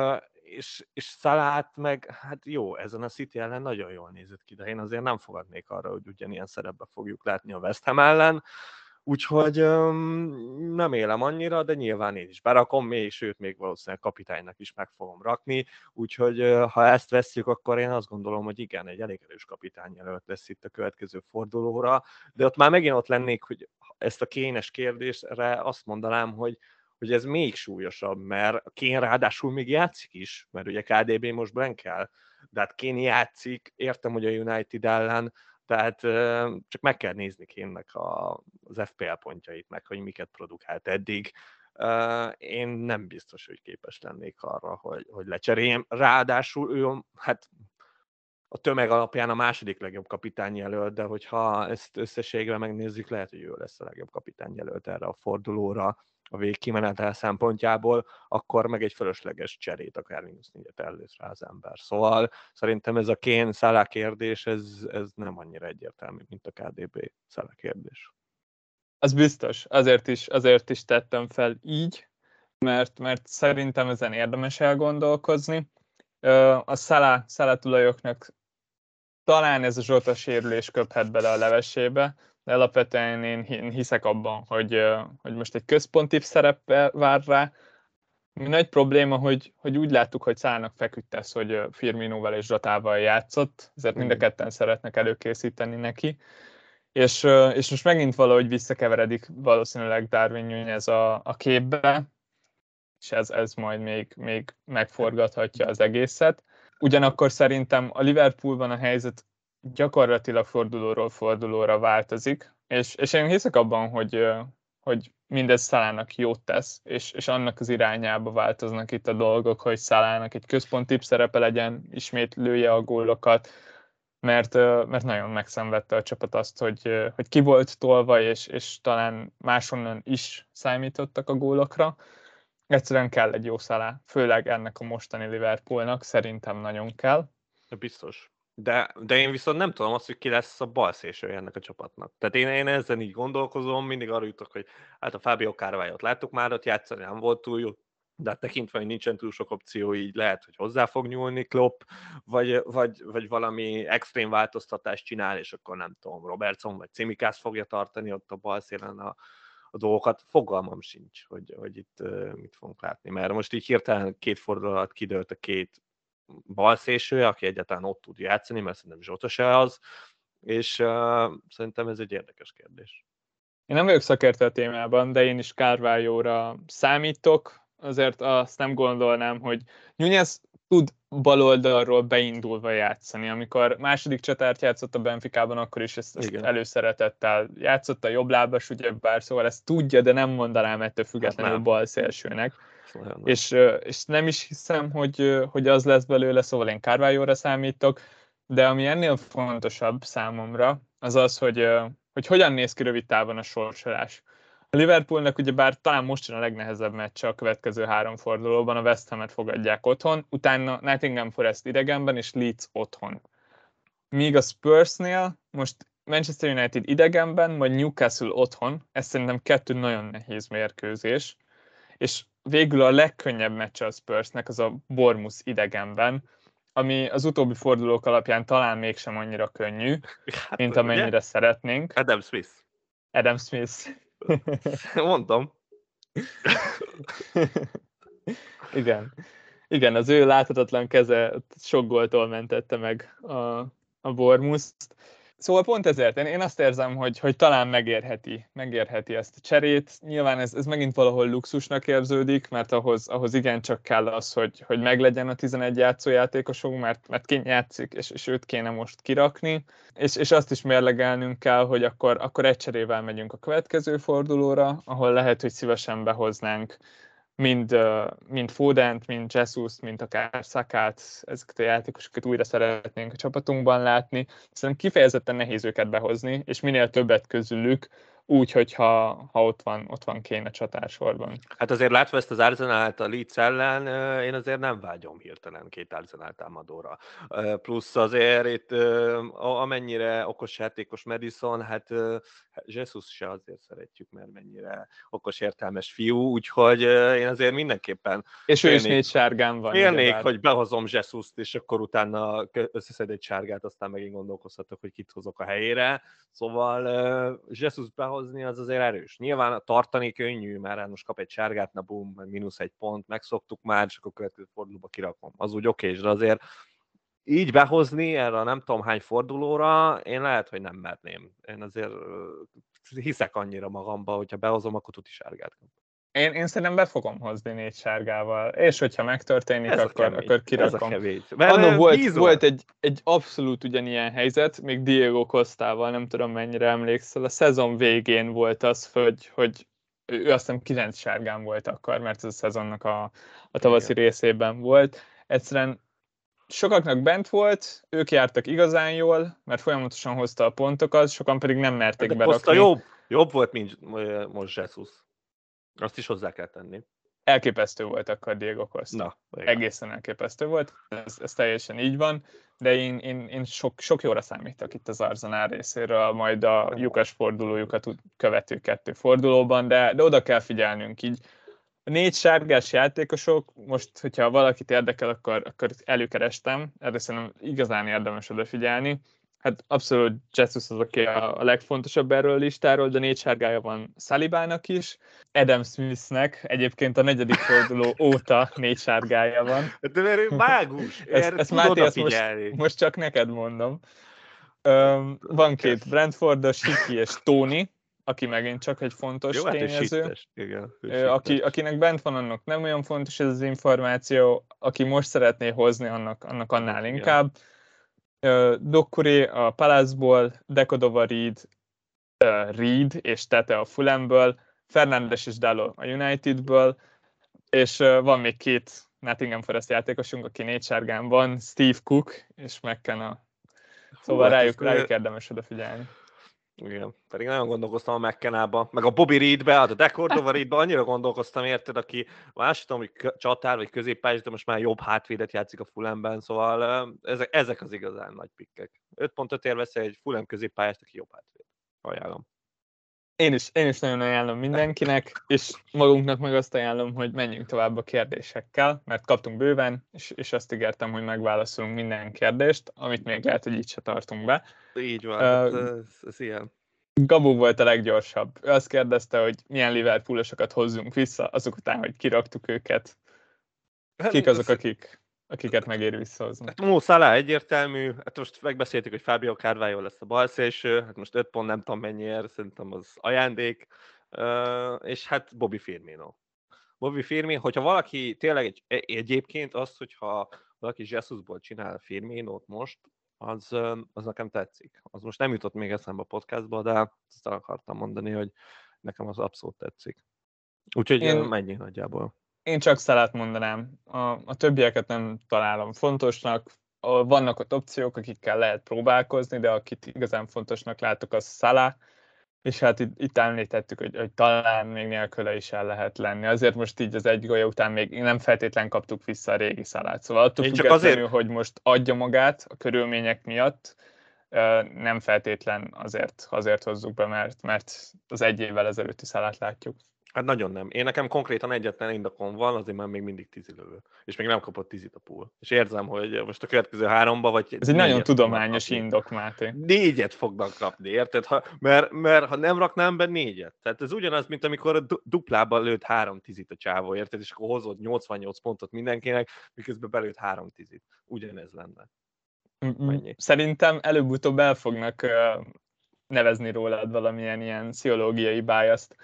Speaker 1: Salát meg, hát jó, ezen a City ellen nagyon jól nézett ki, de én azért nem fogadnék arra, hogy ugyanilyen szerepbe fogjuk látni a West Ham ellen, úgyhogy nem élem annyira, de nyilván én is berakom, sőt, még valószínűleg kapitánynak is meg fogom rakni, úgyhogy ha ezt vesszük, akkor én azt gondolom, hogy igen, egy elég erős kapitányjelölt lesz itt a következő fordulóra, de ott már megint ott lennék, hogy ezt a Kane-es kérdésre azt mondanám, hogy ez még súlyosabb, mert Kane ráadásul még játszik is, mert ugye KDB most blankel, de hát Kane játszik, értem, hogy a United ellen, tehát csak meg kell nézni Kane-nek az FPL pontjait meg, hogy miket produkált eddig. Én nem biztos, hogy képes lennék arra, hogy lecseréljem. Ráadásul ő hát a tömeg alapján a második legjobb kapitányjelölt, de hogyha ezt összességre megnézzük, lehet, hogy ő lesz a legjobb kapitányjelölt erre a fordulóra a végkimenetel szempontjából, akkor meg egy fölösleges cserét akár -4-et előtt rá az ember. Szóval szerintem ez a Kane Salah kérdés, ez nem annyira egyértelmű, mint a KDB Salah kérdés.
Speaker 2: Az biztos, azért is tettem fel így, mert szerintem ezen érdemes elgondolkozni. A Salah tulajoknak talán ez a Zsota sérülés köphet bele a levesébe, de alapvetően én hiszek abban, hogy most egy központi szerepe vár rá. Mi nagy probléma, hogy úgy láttuk, hogy Salahnak feküdt ez, hogy Firminóval és Zsotával játszott, ezért mind a ketten szeretnek előkészíteni neki. És most megint valahogy visszakeveredik valószínűleg Darwin Núñez a képbe, és ez majd még megforgathatja az egészet. Ugyanakkor szerintem a Liverpoolban a helyzet gyakorlatilag fordulóról fordulóra változik, és én hiszek abban, hogy mindez Salahnak jót tesz, és annak az irányába változnak itt a dolgok, hogy Salahnak egy központibb szerepe legyen, ismét lője a gólokat, mert nagyon megszenvedte a csapat azt, hogy ki volt tolva, és talán máshonnan is számítottak a gólokra. Egyszerűen kell egy jó Salah, főleg ennek a mostani Liverpoolnak, szerintem nagyon kell.
Speaker 1: Biztos. De én viszont nem tudom azt, hogy ki lesz a balszélsője ennek a csapatnak. Tehát én ezzel így gondolkozom, mindig arra jutok, hogy hát a Fábio Carvalhot láttuk már, ott játszani nem volt túl jó, de hát tekintve, hogy nincsen túl sok opció, így lehet, hogy hozzá fog nyúlni Klopp, vagy valami extrém változtatást csinál, és akkor nem tudom, Robertson vagy Tsimikas fogja tartani ott a balszélen a dolgokat. Fogalmam sincs, hogy itt mit fogunk látni, mert most így hirtelen 2 forduló alatt kidőlt a 2 balszélső, aki egyáltalán ott tud játszani, mert szerintem Zsota se az, és szerintem ez egy érdekes kérdés.
Speaker 2: Én nem vagyok szakértő a témában, de én is Carvalho-ra számítok, azért azt nem gondolnám, hogy Núñez tud baloldalról beindulva játszani. Amikor második csatárt játszott a Benficában, akkor is ezt előszeretettel játszott a jobblábas, ugyebár, szóval ezt tudja, de nem mondanám ettől függetlenül balszélsőnek. És nem is hiszem, hogy az lesz belőle, szóval én Carvalho-ra számítok, de ami ennél fontosabb számomra, az az, hogy hogyan néz ki rövid távon a sorsolás. A Liverpoolnak ugyebár talán most jön a legnehezebb meccse a következő 3 fordulóban, a West Hamet fogadják otthon, utána Nottingham Forest idegenben és Leeds otthon. Míg a Spursnél most Manchester United idegenben, majd Newcastle otthon, ez szerintem 2 nagyon nehéz mérkőzés, és végül a legkönnyebb meccse a Spursnek az a Bournemouth idegenben, ami az utóbbi fordulók alapján talán mégsem annyira könnyű,
Speaker 1: Hát,
Speaker 2: mint
Speaker 1: ugye?
Speaker 2: amennyire szeretnénk.
Speaker 1: Adam Smith.
Speaker 2: Adam Smith.
Speaker 1: Mondtam.
Speaker 2: Igen, az ő láthatatlan keze sok góltól mentette meg a Bournemouth-t. Szóval pont ezért én azt érzem, hogy talán megérheti ezt a cserét. Nyilván ez megint valahol luxusnak érződik, mert ahhoz igencsak kell az, hogy meglegyen a 11 játszójátékosunk, mert ki játszik, és őt kéne most kirakni. És azt is mérlegelnünk kell, hogy akkor egy cserével megyünk a következő fordulóra, ahol lehet, hogy szívesen behoznánk mind Fodent, mind Jesus, mind akár Sakát, ezeket a játékosokat újra szeretnénk a csapatunkban látni. Szerintem kifejezetten nehéz őket behozni, és minél többet közülük, úgy, hogyha ott van Kane a csatársorban.
Speaker 1: Hát azért látva ezt az Arsenalt a Leeds ellen, én azért nem vágyom hirtelen két Arsenal támadóra. Plusz azért itt amennyire okos játékos Madison, hát Jesus se azért szeretjük, mert mennyire okos értelmes fiú, úgyhogy én azért mindenképpen
Speaker 2: és ő is 4 sárgán van.
Speaker 1: Félnék, hogy behozom Jesus-t, és akkor utána összeszed egy sárgát, aztán megint gondolkozhatok, hogy kit hozok a helyére. Szóval Jesus behozni az azért erős. Nyilván tartani könnyű, mert most kap egy sárgát, na bum, -1 pont, megszoktuk már, csak a következő fordulóba kirakom. Az úgy oké, de azért így behozni erre a nem tudom hány fordulóra, én lehet, hogy nem merném. Én azért hiszek annyira magamba, hogyha behozom, akkor tuti sárgát kap.
Speaker 2: Én szerintem be fogom hozni 4 sárgával, és hogyha megtörténik, akkor kirakom.
Speaker 1: Annó
Speaker 2: volt egy abszolút ugyanilyen helyzet, még Diego Costával, nem tudom mennyire emlékszel, a szezon végén volt az, hogy ő azt hiszem 9 sárgán volt akkor, mert ez a szezonnak a tavaszi részében volt. Egyszerűen sokaknak bent volt, ők jártak igazán jól, mert folyamatosan hozta a pontokat, sokan pedig nem merték berakni.
Speaker 1: Costa jobb volt, mint most Jesus. Azt is hozzá kell tenni.
Speaker 2: Elképesztő volt akkor Diego Costa. Egészen elképesztő volt, ez teljesen így van, de én sok jóra számítok itt az Arsenal részéről, majd a lyukas fordulójukat követő 2 fordulóban, de oda kell figyelnünk így. A 4 sárgás játékosok, most, hogyha valakit érdekel, akkor előkerestem, erre szerintem igazán érdemes odafigyelni. Hát abszolút Jesus az, aki a legfontosabb erről a listáról, de 4 sárgája van Salibának is. Adam Smithnek egyébként a 4. forduló óta 4 sárgája van.
Speaker 1: De mert ő mágus,
Speaker 2: ezt Máté, most csak neked mondom. Van 2 Brentfordos, Hickey és Tony, aki megint csak egy fontos tényező. Akinek bent van, annak nem olyan fontos ez az információ, aki most szeretné hozni, annak annál inkább. Doucouré a Palace-ból, Decordova Reed és Tete a Fulhamből, Fernandes és Dalot a Unitedből, és van még 2 Nottingham Forest játékosunk, aki 4 sárgán van, Steve Cook és McKenna. Szóval rájuk érdemes odafigyelni.
Speaker 1: Igen, pedig nagyon gondolkoztam a McKennába, meg a Bobby Reedbe, a Decordova Reedbe annyira gondolkoztam, érted, aki más tudom, hogy csatár vagy középpályás, de most már jobb hátvédet játszik a Fulhamben, szóval ezek az igazán nagy pikkek. 5.5 veszel egy Fulham középpályást, aki jobb hátvéd. Ajánlom.
Speaker 2: Én is nagyon ajánlom mindenkinek, és magunknak meg azt ajánlom, hogy menjünk tovább a kérdésekkel, mert kaptunk bőven, és azt ígértem, hogy megválaszolunk minden kérdést, amit még lehet, hogy így se tartunk be.
Speaker 1: Így van, ez ilyen.
Speaker 2: Gabó volt a leggyorsabb. Ő azt kérdezte, hogy milyen Liverpoolosokat hozzunk vissza, azok után, hogy kiraktuk őket. Kik azok, akiket megéri visszahozni?
Speaker 1: Hát Mo Salah egyértelmű, hát most megbeszéltük, hogy Fabio Carvalho lesz a balszélső, hát most 5 pont nem tudom mennyiért, szerintem az ajándék, és hát Bobby Firmino. Bobby Firmino, hogyha valaki tényleg egyébként az, hogyha valaki Jesusból csinál Firminót most, az nekem tetszik. Az most nem jutott még eszembe a podcastba, de azt akartam mondani, hogy nekem az abszolút tetszik. Úgyhogy mennyi nagyjából.
Speaker 2: Én csak Salát mondanám. A többieket nem találom fontosnak. Vannak ott opciók, akikkel lehet próbálkozni, de akit igazán fontosnak látok, az Salah. És hát itt említettük, hogy talán még nélküle is el lehet lenni. Azért most így az egy gólya után még nem feltétlen kaptuk vissza a régi Salát. Szóval attól függetlenül, hogy most adja magát a körülmények miatt, nem feltétlen azért hozzuk be, mert az 1 évvel ezelőtti Salát látjuk.
Speaker 1: Hát nagyon nem. Én nekem konkrétan egyetlen indokom van, azért már még mindig 10 lövő. És még nem kapott 10 a pool. És érzem, hogy most a következő 3-ba vagy
Speaker 2: Ez egy nagyon
Speaker 1: 4-et fognak
Speaker 2: tudományos
Speaker 1: kapni.
Speaker 2: indok, Máté.
Speaker 1: 4-et fognak kapni, érted? Mert ha nem raknám be 4-et. Tehát ez ugyanaz, mint amikor a duplában lőtt 3 10 a csávó, érted? És akkor hozott 88 pontot mindenkinek, miközben belőtt 3 10. Ugyanez lenne. Mennyi?
Speaker 2: Szerintem előbb-utóbb el fognak nevezni rólad valamilyen ilyen pszichológiai biaszt.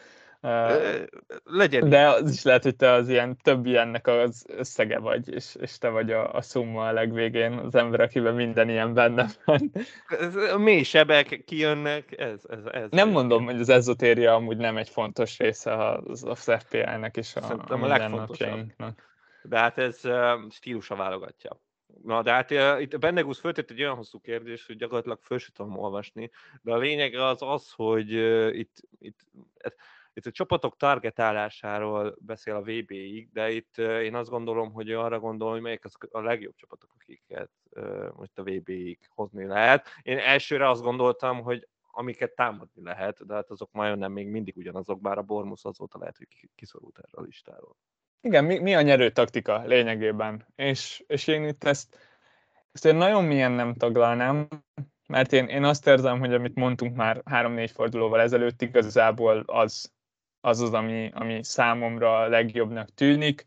Speaker 1: Legyen
Speaker 2: de
Speaker 1: így.
Speaker 2: az is lehet, hogy te az ilyen több ilyennek az összege vagy, és te vagy a szumma a legvégén, az ember, akiben minden ilyen benne van.
Speaker 1: A mély sebek kijönnek, ez
Speaker 2: Nem
Speaker 1: vagyok
Speaker 2: mondom,
Speaker 1: én.
Speaker 2: hogy az ezotéria amúgy nem egy fontos része az FPL-nek és a
Speaker 1: Szerintem a legfontosabb.
Speaker 2: mindennapjainknak.
Speaker 1: De hát ez stílusa válogatja. Na, de hát itt a Bennegus föltett egy olyan hosszú kérdés, hogy gyakorlatilag föl sem tudom olvasni, de a lényeg az, hogy itt a csapatok targetálásáról beszél a VB-ig, de itt én azt gondolom, hogy arra gondolom, hogy melyik az a legjobb csapatok, akiket most a VB-ig hozni lehet. Én elsőre azt gondoltam, hogy amiket támadni lehet, de hát azok majd nem még mindig ugyanazok, bár a Bournemouth azóta lehet, hogy kiszorult erre a listáról.
Speaker 2: Igen, mi a nyerő taktika lényegében? És én itt ezt én nagyon mélyen nem taglalnám, mert én azt érzem, hogy amit mondtunk már 3-4 fordulóval ezelőtt, igazából az, ami számomra a legjobbnak tűnik.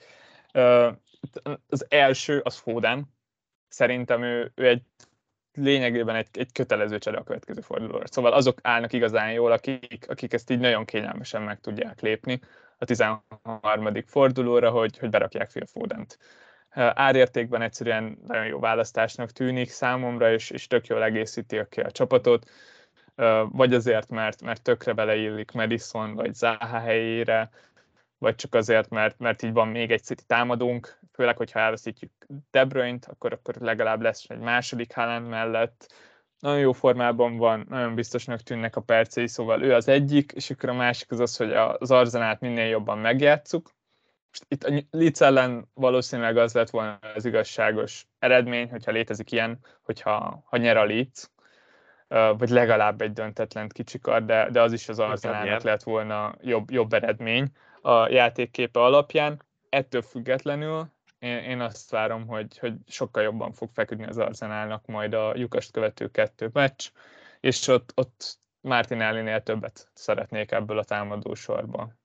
Speaker 2: Az első, az Foden. Szerintem ő egy lényegében egy kötelező csere a következő fordulóra. Szóval azok állnak igazán jól, akik ezt így nagyon kényelmesen meg tudják lépni a 13. fordulóra, hogy berakják Phil Fodent. Árértékben egyszerűen nagyon jó választásnak tűnik számomra, és tök jól egészíti ki a csapatot, vagy azért, mert tökre beleillik Madison vagy Zaha helyére, vagy csak azért, mert így van még egy City támadónk, főleg, hogyha elveszítjük De Bruyne-t, akkor legalább lesz egy második Haaland mellett. Nagyon jó formában van, nagyon biztosnak tűnnek a percei, szóval ő az egyik, és akkor a másik az, hogy az Arzenát minél jobban megjátsszuk. Most itt a Leeds ellen valószínűleg az lett volna az igazságos eredmény, hogyha létezik ilyen, hogyha nyer a Leeds, vagy legalább egy döntetlent kicsikar, de az is az Arzenálnak lett volna jobb eredmény a játékképe alapján. Ettől függetlenül én azt várom, hogy sokkal jobban fog feküdni az Arzenálnak majd a lyukast követő 2 meccs, és ott Martinellinél többet szeretnék ebből a támadósorból.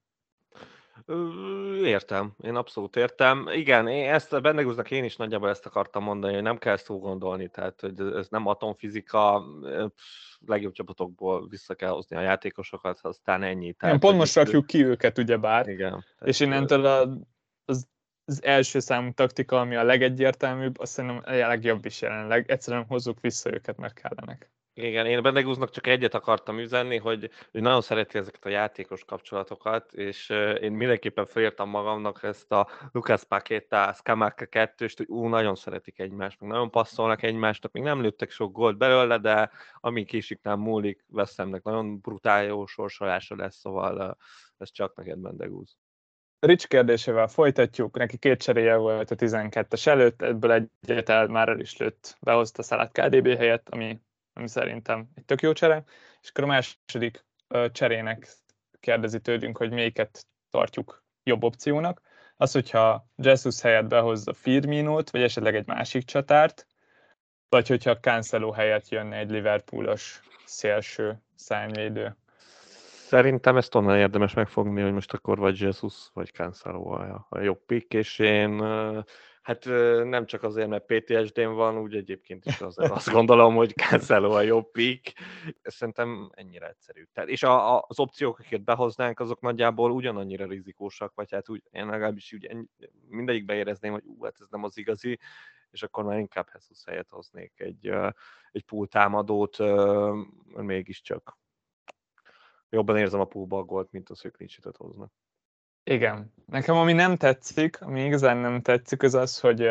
Speaker 1: Értem, én abszolút értem. Igen, ezt a Bendegúznak én is nagyjából ezt akartam mondani, hogy nem kell ezt túl gondolni, tehát hogy ez nem atomfizika, legjobb csapatokból vissza kell hozni a játékosokat, aztán ennyi. Tehát,
Speaker 2: pont most rakjuk ki őket, ugyebár,
Speaker 1: igen,
Speaker 2: és innentől az első számú taktika, ami a legegyértelműbb, azt szerintem a legjobb is jelenleg. Egyszerűen hozzuk vissza őket, mert kellenek.
Speaker 1: Igen, én Bendegúznak csak egyet akartam üzenni, hogy nagyon szereti ezeket a játékos kapcsolatokat, és én mindenképpen felírtam magamnak ezt a Lucas Paqueta, Scamacca 2-st, hogy nagyon szeretik egymást, meg nagyon passzolnak egymásnak, még nem lőttek sok gólt belőle, de ami késik nem múlik, West Hamnek nagyon brutál jó sorsolása lesz, szóval ez csak neked Bendegúz.
Speaker 2: Rich kérdésével folytatjuk, neki 2 cseréje volt a 12-es előtt, ebből egyet már el is lőtt, behozta Salah KDB helyett, ami szerintem egy tök jó csere, és akkor a második cserének kérdezi tőlünk, hogy melyiket tartjuk jobb opciónak. Az, hogyha Jesus helyett behozza Firminót, vagy esetleg egy másik csatárt, vagy hogyha Cancelo helyett jönne egy Liverpoolos szélső szárnyvédő.
Speaker 1: Szerintem ezt onnan érdemes megfogni, hogy most akkor vagy Jesus, vagy Cancelo a jobb pick, és én hát nem csak azért, mert PTSD-n van, úgy egyébként is azért azt gondolom, hogy Cancelo a jobb pick. Szerintem ennyire egyszerű. Tehát, és az opciók, akiket behoznánk, azok nagyjából ugyanannyira rizikósak, vagy hát úgy, én legalábbis úgy mindegyikbe érezném, hogy hát ez nem az igazi, és akkor már inkább Jesus helyett hoznék egy pool támadót, mégiscsak jobban érzem a poolba a gólt, mint az, hogy clean hoznak.
Speaker 2: Igen. Nekem ami nem tetszik, ami igazán nem tetszik, az az, hogy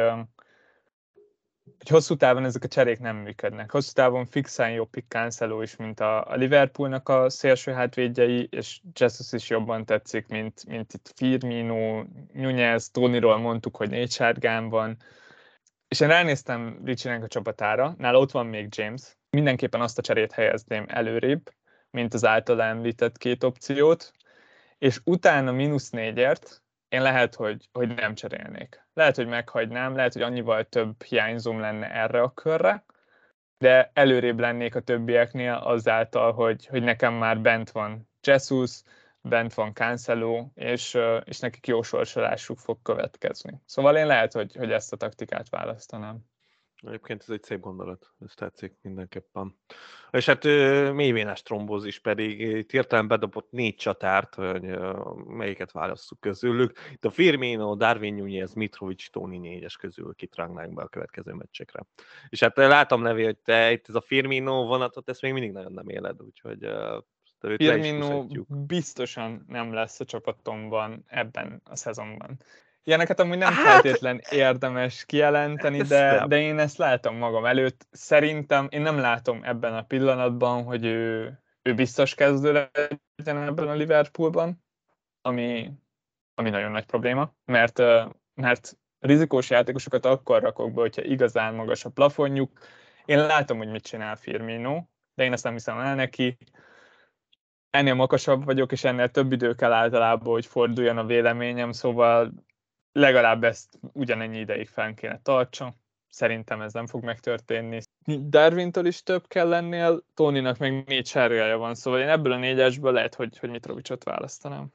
Speaker 2: hosszú távon ezek a cserék nem működnek. Hosszú távon fixen jobb pick Cancelo is, mint a Liverpoolnak a szélső hátvédjei, és Jesus is jobban tetszik, mint itt Firmino, Nunez, Tonyról mondtuk, hogy 4 sárgán van. És én ránéztem Richie-nek a csapatára, nála ott van még James. Mindenképpen azt a cserét helyezném előrébb, mint az által említett 2 opciót, és utána -4-ért én lehet, hogy nem cserélnék. Lehet, hogy meghagynám, lehet, hogy annyival több hiányzóm lenne erre a körre, de előrébb lennék a többieknél azáltal, hogy nekem már bent van Jesus, bent van Cancelo, és nekik jó sorsolásuk fog következni. Szóval én lehet, hogy ezt a taktikát választanám.
Speaker 1: Egyébként ez egy szép gondolat, ez tetszik mindenképpen. És hát mélyvénás trombózis pedig itt hirtelen bedobott 4 csatárt, hogy melyiket válasszuk közülük. Itt a Firmino, Darwin Núñez, Mitrovic, Toni 4-es közül kit rángnánk be a következő meccsekre. És hát látom, Nevi, hogy te itt ez a Firmino vonatot, ezt még mindig nagyon nem éled, úgyhogy őt le is
Speaker 2: Firmino
Speaker 1: húzhatjuk.
Speaker 2: biztosan nem lesz a csapatomban ebben a szezonban. Ilyeneket amúgy nem
Speaker 1: Hát,
Speaker 2: feltétlen érdemes kijelenteni,
Speaker 1: ez nem.
Speaker 2: de én ezt látom magam előtt. Szerintem én nem látom ebben a pillanatban, hogy ő biztos kezdő legyen ebben a Liverpoolban, ami nagyon nagy probléma, mert rizikós játékosokat akkor rakok be, hogyha igazán magas a plafonjuk. Én látom, hogy mit csinál Firmino, de én ezt nem hiszem el neki. Ennél makasabb vagyok, és ennél több idő kell általában, hogy forduljon a véleményem, szóval legalább ezt ugyanennyi ideig fenn kéne tartsa. Szerintem ez nem fog megtörténni. Darwintől is több kell lennél, Tóninak meg 4 sárgája van, szóval én ebből a 4-esből lehet, hogy Mitrovicot választanám.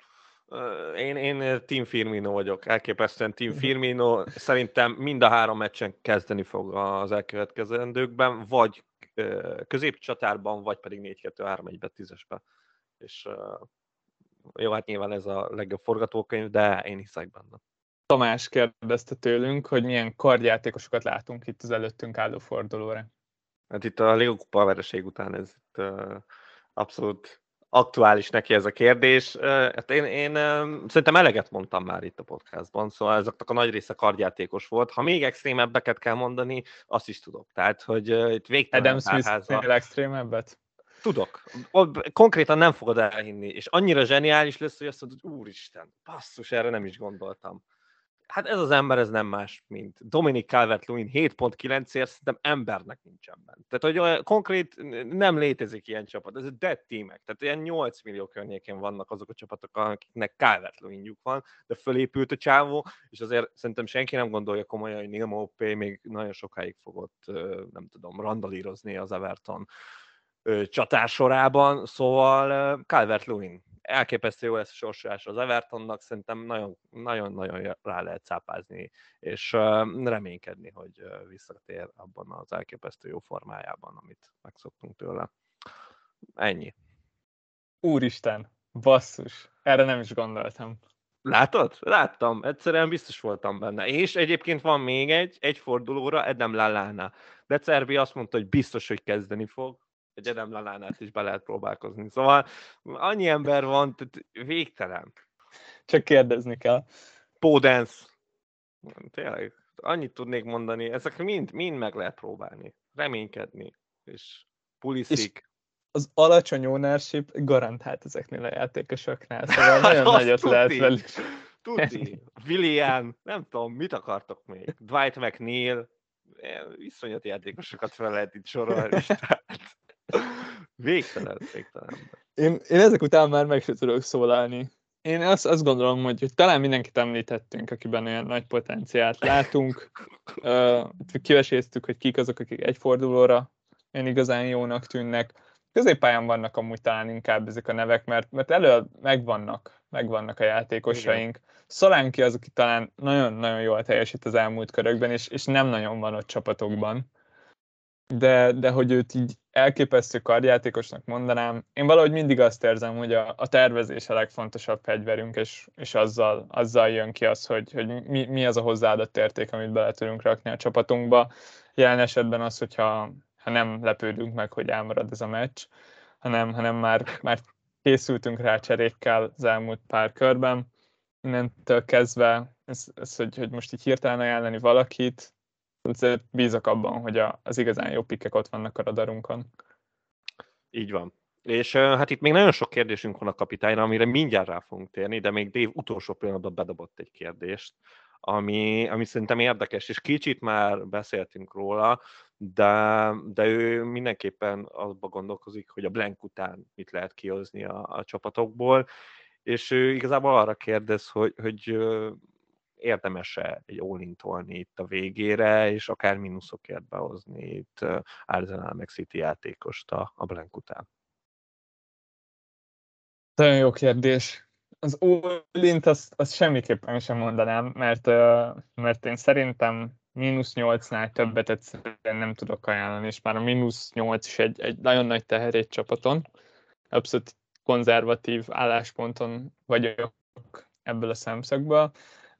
Speaker 1: Én Team Firmino vagyok, elképesztően Team Firmino. Szerintem mind a 3 meccsen kezdeni fog az elkövetkezendőkben, vagy középcsatárban, vagy pedig 4-2-3-1-be, 10-esbe. És jó, hát nyilván ez a legjobb forgatókönyv, de én hiszek benne.
Speaker 2: Tamás kérdezte tőlünk, hogy milyen kardjátékosokat látunk itt az előttünk álló fordulóra.
Speaker 1: Hát itt a Liga Kupa vereség után ez itt abszolút aktuális neki ez a kérdés. Hát én szerintem eleget mondtam már itt a podcastban, szóval ezeknek a nagy része kardjátékos volt. Ha még extrémebbeket kell mondani, azt is tudok. Tehát, hogy itt végtelen
Speaker 2: Adam
Speaker 1: párháza.
Speaker 2: Smith-nél extrémebbet?
Speaker 1: Tudok. Konkrétan nem fogod elhinni. És annyira zseniális lesz, hogy azt mondod, hogy úristen, basszus, erre nem is gondoltam. Hát ez az ember, ez nem más, mint Dominic Calvert-Lewin 7.9-ért, szerintem embernek nincsen benne. Tehát, hogy olyan konkrét, nem létezik ilyen csapat, ez a dead teamek, tehát ilyen 8 millió környékén vannak azok a csapatok, akiknek Calvert-Lewinjuk van, de fölépült a csávó, és azért szerintem senki nem gondolja komolyan, hogy Neil Maupay még nagyon sokáig fogott, nem tudom, randalírozni az Everton csatársorában, szóval Calvert-Lewin elképesztő jó lesz a sorsolás az Evertonnak, szerintem nagyon rá lehet cápázni, és reménykedni, hogy visszatér abban az elképesztő jó formájában, amit megszoktunk tőle. Ennyi.
Speaker 2: Úristen, basszus, erre nem is gondoltam.
Speaker 1: Látod? Láttam, egyszerűen biztos voltam benne. És egyébként van még egy fordulóra, Edem Lallana. De Cerbi azt mondta, hogy biztos, hogy kezdeni fog, egy Edem Lallánát is be lehet próbálkozni. Szóval annyi ember van, tehát végtelen.
Speaker 2: Csak kérdezni kell.
Speaker 1: Podence. Tényleg, annyit tudnék mondani, ezek mind meg lehet próbálni. Reménykedni. És Pulisic.
Speaker 2: Az alacsony ownership garantált ezeknél a játékosoknál, szóval nagyon nagyot lehet velük.
Speaker 1: Tuti. Willian, nem tudom, mit akartok még? Dwight McNeil, iszonyat játékosokat fel lehet itt sorolni. Végtelen.
Speaker 2: Én ezek után már meg sem tudok szólalni. Én azt gondolom, hogy talán mindenkit említettünk, akiben olyan nagy potenciált látunk. Kiveséztük, hogy kik azok, akik egy fordulóra olyan igazán jónak tűnnek. Középpályán vannak amúgy talán inkább ezek a nevek, mert elő megvannak a játékosaink. Szolánki az, aki talán nagyon-nagyon jól teljesít az elmúlt körökben, és nem nagyon van ott csapatokban. De hogy őt így elképesztő kardjátékosnak mondanám, én valahogy mindig azt érzem, hogy a tervezés a legfontosabb fegyverünk, és azzal jön ki az, hogy mi az a hozzáadott érték, amit bele tudunk rakni a csapatunkba. Jelen esetben az, hogyha nem lepődünk meg, hogy elmarad ez a meccs, hanem már készültünk rá cserékkel az elmúlt pár körben. Innentől kezdve, hogy most így hirtelen ajánlani valakit, azért bízok abban, hogy az igazán jó pikkek ott vannak a radarunkon.
Speaker 1: Így van. És hát itt még nagyon sok kérdésünk van a kapitányra, amire mindjárt rá fogunk térni, de még Dave utolsó pillanatban bedobott egy kérdést, ami szerintem érdekes, és kicsit már beszéltünk róla, de ő mindenképpen abba gondolkozik, hogy a blank után mit lehet kihozni a csapatokból, és ő igazából arra kérdez, hogy érdemes-e egy all-in tolni itt a végére, és akár mínuszokért behozni itt Arsenal meg City játékost a blank után.
Speaker 2: Nagyon jó kérdés. Az all-int azt semmiképpen sem mondanám, mert én szerintem -8-nál többet egyszerűen nem tudok ajánlani, és már a -8 is egy nagyon nagy teher egy csapaton. Abszolút konzervatív állásponton vagyok ebből a szemszögből.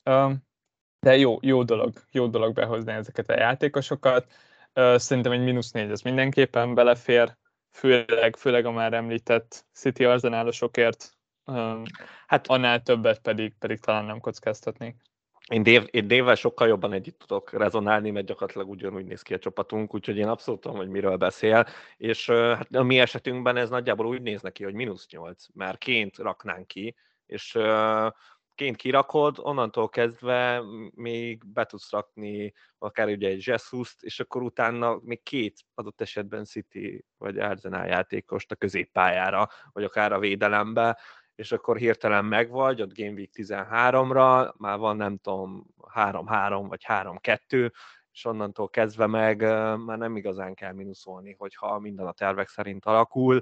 Speaker 2: De jó dolog behozni ezeket a játékosokat. Szerintem egy -4 az mindenképpen belefér, főleg a már említett City Arsenalosokért, hát annál többet pedig talán nem kockáztatnék.
Speaker 1: Én Dave-vel sokkal jobban együtt tudok rezonálni, mert gyakorlatilag ugyanúgy néz ki a csapatunk, úgyhogy én abszolút tudom, hogy miről beszél, és hát a mi esetünkben ez nagyjából úgy néz neki, hogy -8, mert ként raknánk ki, és ként kirakod, onnantól kezdve még be tudsz rakni akár ugye egy Jesus-t, és akkor utána még két adott esetben City vagy Arsenal játékost a középpályára, vagy akár a védelembe, és akkor hirtelen megvagy, ott Game Week 13-ra, már van nem tudom 3-3 vagy 3-2, és onnantól kezdve meg már nem igazán kell mínuszolni, hogyha minden a tervek szerint alakul,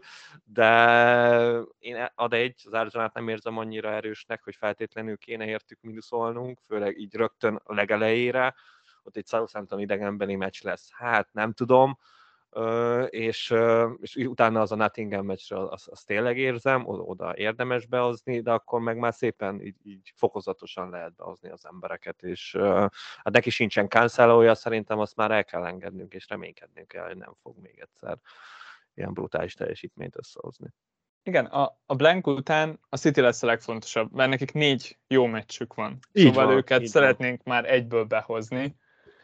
Speaker 1: de én ad az Arsenalt nem érzem annyira erősnek, hogy feltétlenül kéne értük mínuszolnunk, főleg így rögtön a legelejére, ott egy Southampton idegenbeni meccs lesz, hát nem tudom, és utána az a Nottingham meccsre azt tényleg érzem, oda érdemes behozni, de akkor meg már szépen így fokozatosan lehet behozni az embereket, és hát neki sincsen cancelója, szerintem azt már el kell engednünk, és reménykednünk kell, hogy nem fog még egyszer ilyen brutális teljesítményt összehozni.
Speaker 2: Igen, a blank után a City lesz a legfontosabb, mert nekik 4 jó meccsük van.
Speaker 1: Így
Speaker 2: szóval
Speaker 1: van,
Speaker 2: őket
Speaker 1: így
Speaker 2: szeretnénk már egyből behozni.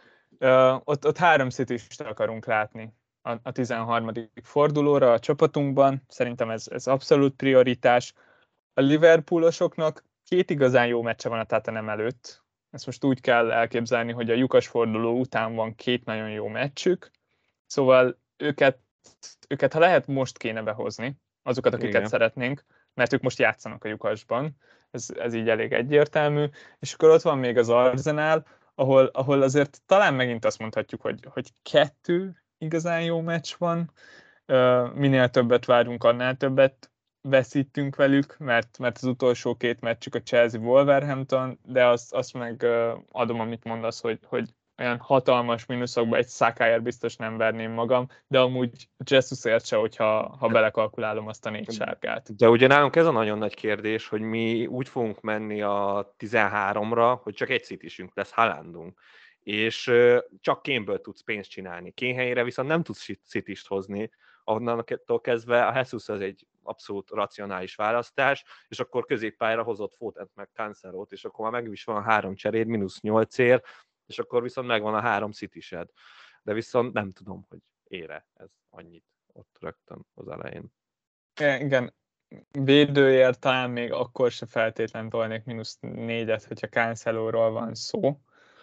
Speaker 2: Ott 3 City-st akarunk látni a 13. fordulóra a csapatunkban. Szerintem ez abszolút prioritás. A Liverpoolosoknak 2 igazán jó meccse van a Tottenham előtt. Ezt most úgy kell elképzelni, hogy a lyukas forduló után van 2 nagyon jó meccsük. Szóval őket ha lehet, most kéne behozni, azokat, akiket
Speaker 1: Igen.
Speaker 2: szeretnénk, mert ők most játszanak a lyukasban. Ez így elég egyértelmű. És akkor ott van még az Arsenal, ahol azért talán megint azt mondhatjuk, hogy 2 igazán jó meccs van. Minél többet várunk, annál többet veszítünk velük, mert az utolsó 2 meccsük a Chelsea-Wolverhampton, de azt meg adom, amit mondasz, hogy olyan hatalmas mínuszokba egy Szakáért biztos nem verném magam, de amúgy Jesusért se, ha belekalkulálom azt a 4 sárgát.
Speaker 1: De ugye nálunk ez a nagyon nagy kérdés, hogy mi úgy fogunk menni a 13-ra, hogy csak egy Citysünk lesz, Haalandunk. És csak Kane-ből tudsz pénzt csinálni. Kane helyére viszont nem tudsz Cityst hozni, onnantól kezdve a Jesus az egy abszolút racionális választás, és akkor középpályára hozott Fotent meg Cancelót, és akkor már meg is van a 3 cseréd, -8-ért, és akkor viszont megvan a 3 Citysed. De viszont nem tudom, hogy ére ez annyit ott rögtön az elején.
Speaker 2: Igen, védőért talán még akkor se feltétlen tolnék -4-et, hogyha Cancelóról van szó.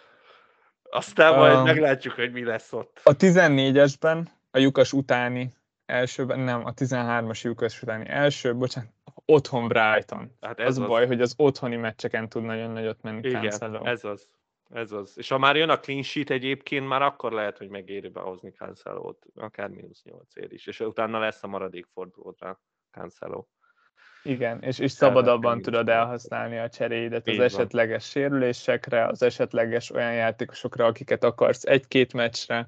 Speaker 1: Aztán majd meglátjuk, hogy mi lesz ott.
Speaker 2: A 14-esben, a lyukas utáni elsőben, nem, a 13-as lyukas utáni első, bocsánat, otthon Brighton. Hát az a baj, hogy az otthoni meccseken tud nagyon nagyot menni.
Speaker 1: Igen,
Speaker 2: Cancelo.
Speaker 1: ez az. És ha már jön a clean sheet egyébként, már akkor lehet, hogy megéri behozni Cancelót, akár -8-ért is, és utána lesz a maradék fordulóra Cancelo.
Speaker 2: Igen, és szabadabban tudod elhasználni a cseréidet az esetleges sérülésekre, az esetleges olyan játékosokra, akiket akarsz 1-2 meccsre.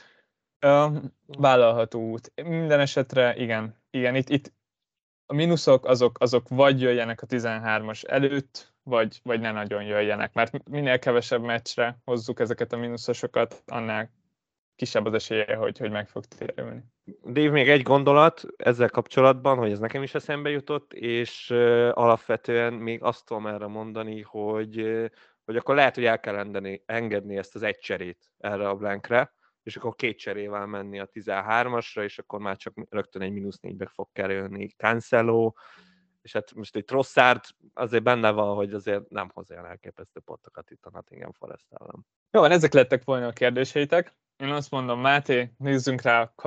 Speaker 2: Vállalható út. Minden esetre igen, itt a mínuszok azok vagy jöjjenek a 13-as előtt, vagy ne nagyon jöjjenek, mert minél kevesebb meccsre hozzuk ezeket a mínuszosokat, annál kisebb az esélye, hogy meg fog térülni.
Speaker 1: Dave, még egy gondolat ezzel kapcsolatban, hogy ez nekem is eszembe jutott, és alapvetően még azt tudom erre mondani, hogy akkor lehet, hogy el kell engedni ezt az egy cserét erre a blankre, és akkor 2 cserével menni a 13-asra, és akkor már csak rögtön egy -4-be fog kerülni Cancelo, és hát most egy Trossard azért benne van, hogy azért nem hoz olyan elképesztő pontokat itt a Nottingham Forest ellen.
Speaker 2: Jó, van, ezek lettek volna a kérdéseitek. Én azt mondom, Máté, nézzünk rá a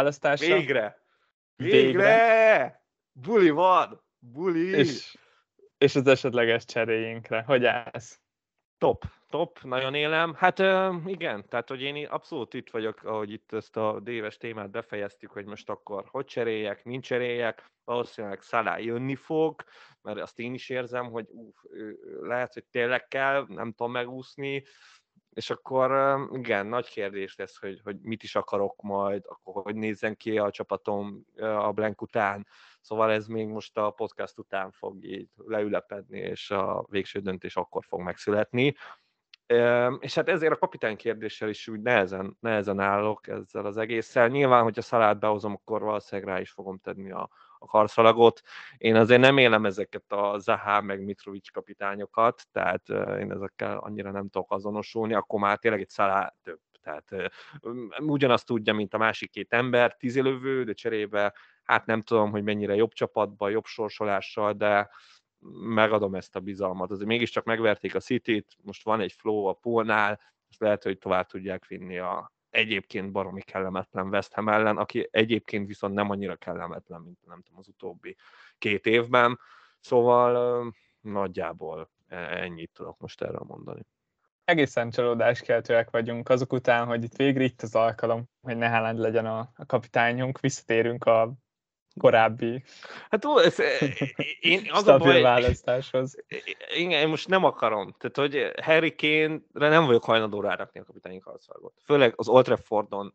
Speaker 2: kapitányválasztásra.
Speaker 1: Végre! Buli van! Buli!
Speaker 2: És az esetleges cseréjénkre, hogy állsz?
Speaker 1: Top, nagyon élem. Hát igen, tehát hogy én abszolút itt vagyok, ahogy itt ezt a déves témát befejeztük, hogy most akkor hogy cseréljek, mint cseréljek. Valószínűleg Salah jönni fog, mert azt én is érzem, hogy lehet, hogy tényleg kell, nem tudom megúszni, és akkor igen, nagy kérdés lesz, hogy mit is akarok majd, akkor hogy nézzen ki a csapatom a blank után. Szóval ez még most a podcast után fog így leülepedni, és a végső döntés akkor fog megszületni. És hát ezért a kapitány kérdéssel is úgy nehezen állok ezzel az egésszel. Nyilván, hogyha Salát behozom, akkor valószínűleg rá is fogom tenni a karszalagot. Én azért nem élem ezeket a Zaha meg Mitrovic kapitányokat, tehát én ezekkel annyira nem tudok azonosulni, akkor már tényleg egy Salah több. Tehát ugyanazt tudja, mint a másik két ember, 10 lövő, de cserébe hát nem tudom, hogy mennyire jobb csapatban, jobb sorsolással, de megadom ezt a bizalmat. Azért mégiscsak megverték a Cityt, most van egy flow a Poolnál, és lehet, hogy tovább tudják vinni a egyébként baromi kellemetlen West Ham ellen, aki egyébként viszont nem annyira kellemetlen, mint nem tudom, az utóbbi 2 évben. Szóval nagyjából ennyit tudok most erről mondani.
Speaker 2: Egészen csalódáskeltőek vagyunk azok után, hogy itt végre itt az alkalom, hogy ne Haaland legyen a kapitányunk, visszatérünk a korábbi
Speaker 1: én az
Speaker 2: stabil
Speaker 1: a baj,
Speaker 2: választáshoz.
Speaker 1: Én most nem akarom. Tehát, hogy Harry Kane-re nem vagyok hajlandó rárakni a kapitányi karszalagot. Főleg az Old Traffordon.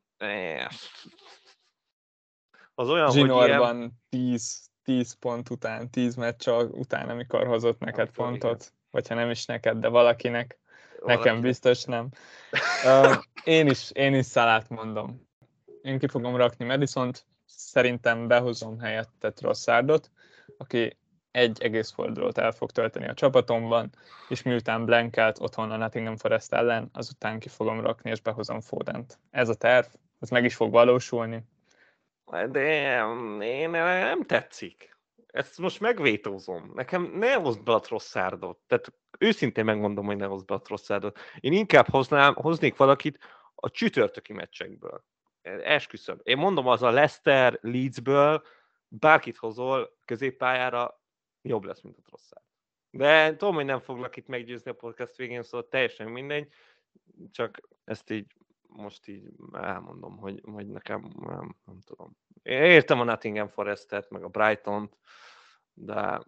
Speaker 1: Az olyan,
Speaker 2: Zsinórban
Speaker 1: hogy
Speaker 2: 10 pont után, 10 meccs után, amikor hozott neked pontot, igen. Vagy ha nem is neked, de valakinek. Nekem biztos nem. Én is Salát mondom. Én ki fogom rakni Madisont, szerintem behozom helyette Trossardot, aki egy egész fordulót el fog tölteni a csapatomban, és miután blankelt otthon a Nottingham Forest ellen, azután ki fogom rakni, és behozom Fodent. Ez a terv, ez meg is fog valósulni.
Speaker 1: De én nem tetszik. Ezt most megvétózom. Nekem ne hozd be a Trossardot. Tehát őszintén megmondom, hogy ne hozd be a Trossardot. Én inkább hoznék valakit a csütörtöki meccsekből. Esküszöm. Én mondom, az a Leicester, Leedsből bárkit hozol középpályára, jobb lesz, mint a Trossard. De tudom, hogy nem foglak itt meggyőzni a podcast végén, szóval teljesen mindegy. Csak ezt így most így elmondom, hogy nekem nem tudom. Én értem a Nottingham Forestet, meg a Brightont, de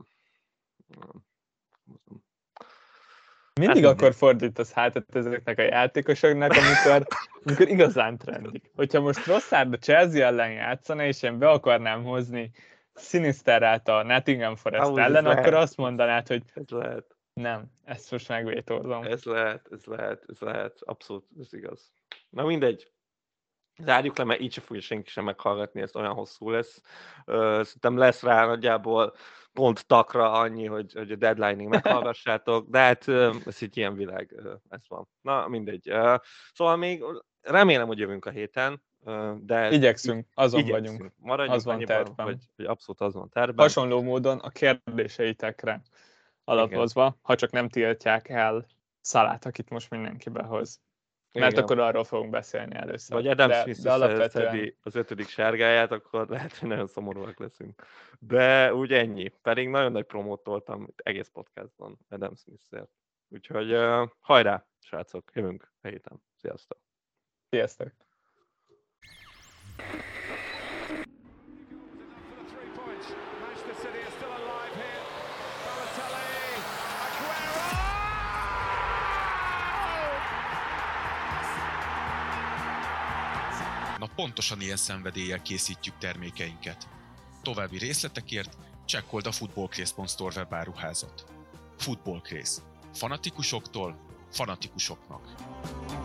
Speaker 2: mindig akkor fordítasz hátat ezeknek a játékosoknak, amikor igazán trendik. Hogyha most Trossard a Chelsea ellen játszana, és én be akarnám hozni Sinisterrát a Nottingham Forest ellen, akkor azt mondanád, hogy
Speaker 1: ez lehet.
Speaker 2: Nem, ezt most megvétózom.
Speaker 1: Ez lehet, abszolút, ez igaz. Na mindegy. Zárjuk le, mert így sem fogja senki sem meghallgatni, ez olyan hosszú lesz. Szerintem lesz rá nagyjából pont takra annyi, hogy a deadline-ig meghallgassátok, de hát ez egy ilyen világ, ez van. Na mindegy. Szóval még remélem, hogy jövünk a héten, de
Speaker 2: igyekszünk, vagyunk.
Speaker 1: Maradjunk
Speaker 2: az van
Speaker 1: annyiban, hogy abszolút az van tervben.
Speaker 2: Hasonló módon a kérdéseitekre alapozva, igen. Ha csak nem tiltják el Salát, akit most mindenki behoz. Mert igen. Akkor arról fogunk beszélni először.
Speaker 1: Vagy Adam Smith alapvetően az 5. sárgáját, akkor lehet, hogy nagyon szomorúak leszünk. De úgy ennyi. Pedig nagyon nagy promót toltam egész podcastban Adam Smith-ért. Úgyhogy hajrá, srácok, jövünk a héten. Sziasztok!
Speaker 2: Sziasztok!
Speaker 3: Na pontosan ilyen szenvedéllyel készítjük termékeinket. További részletekért csekkold a footballcraze.store webáruházat. Footballcraze. Fanatikusoktól fanatikusoknak.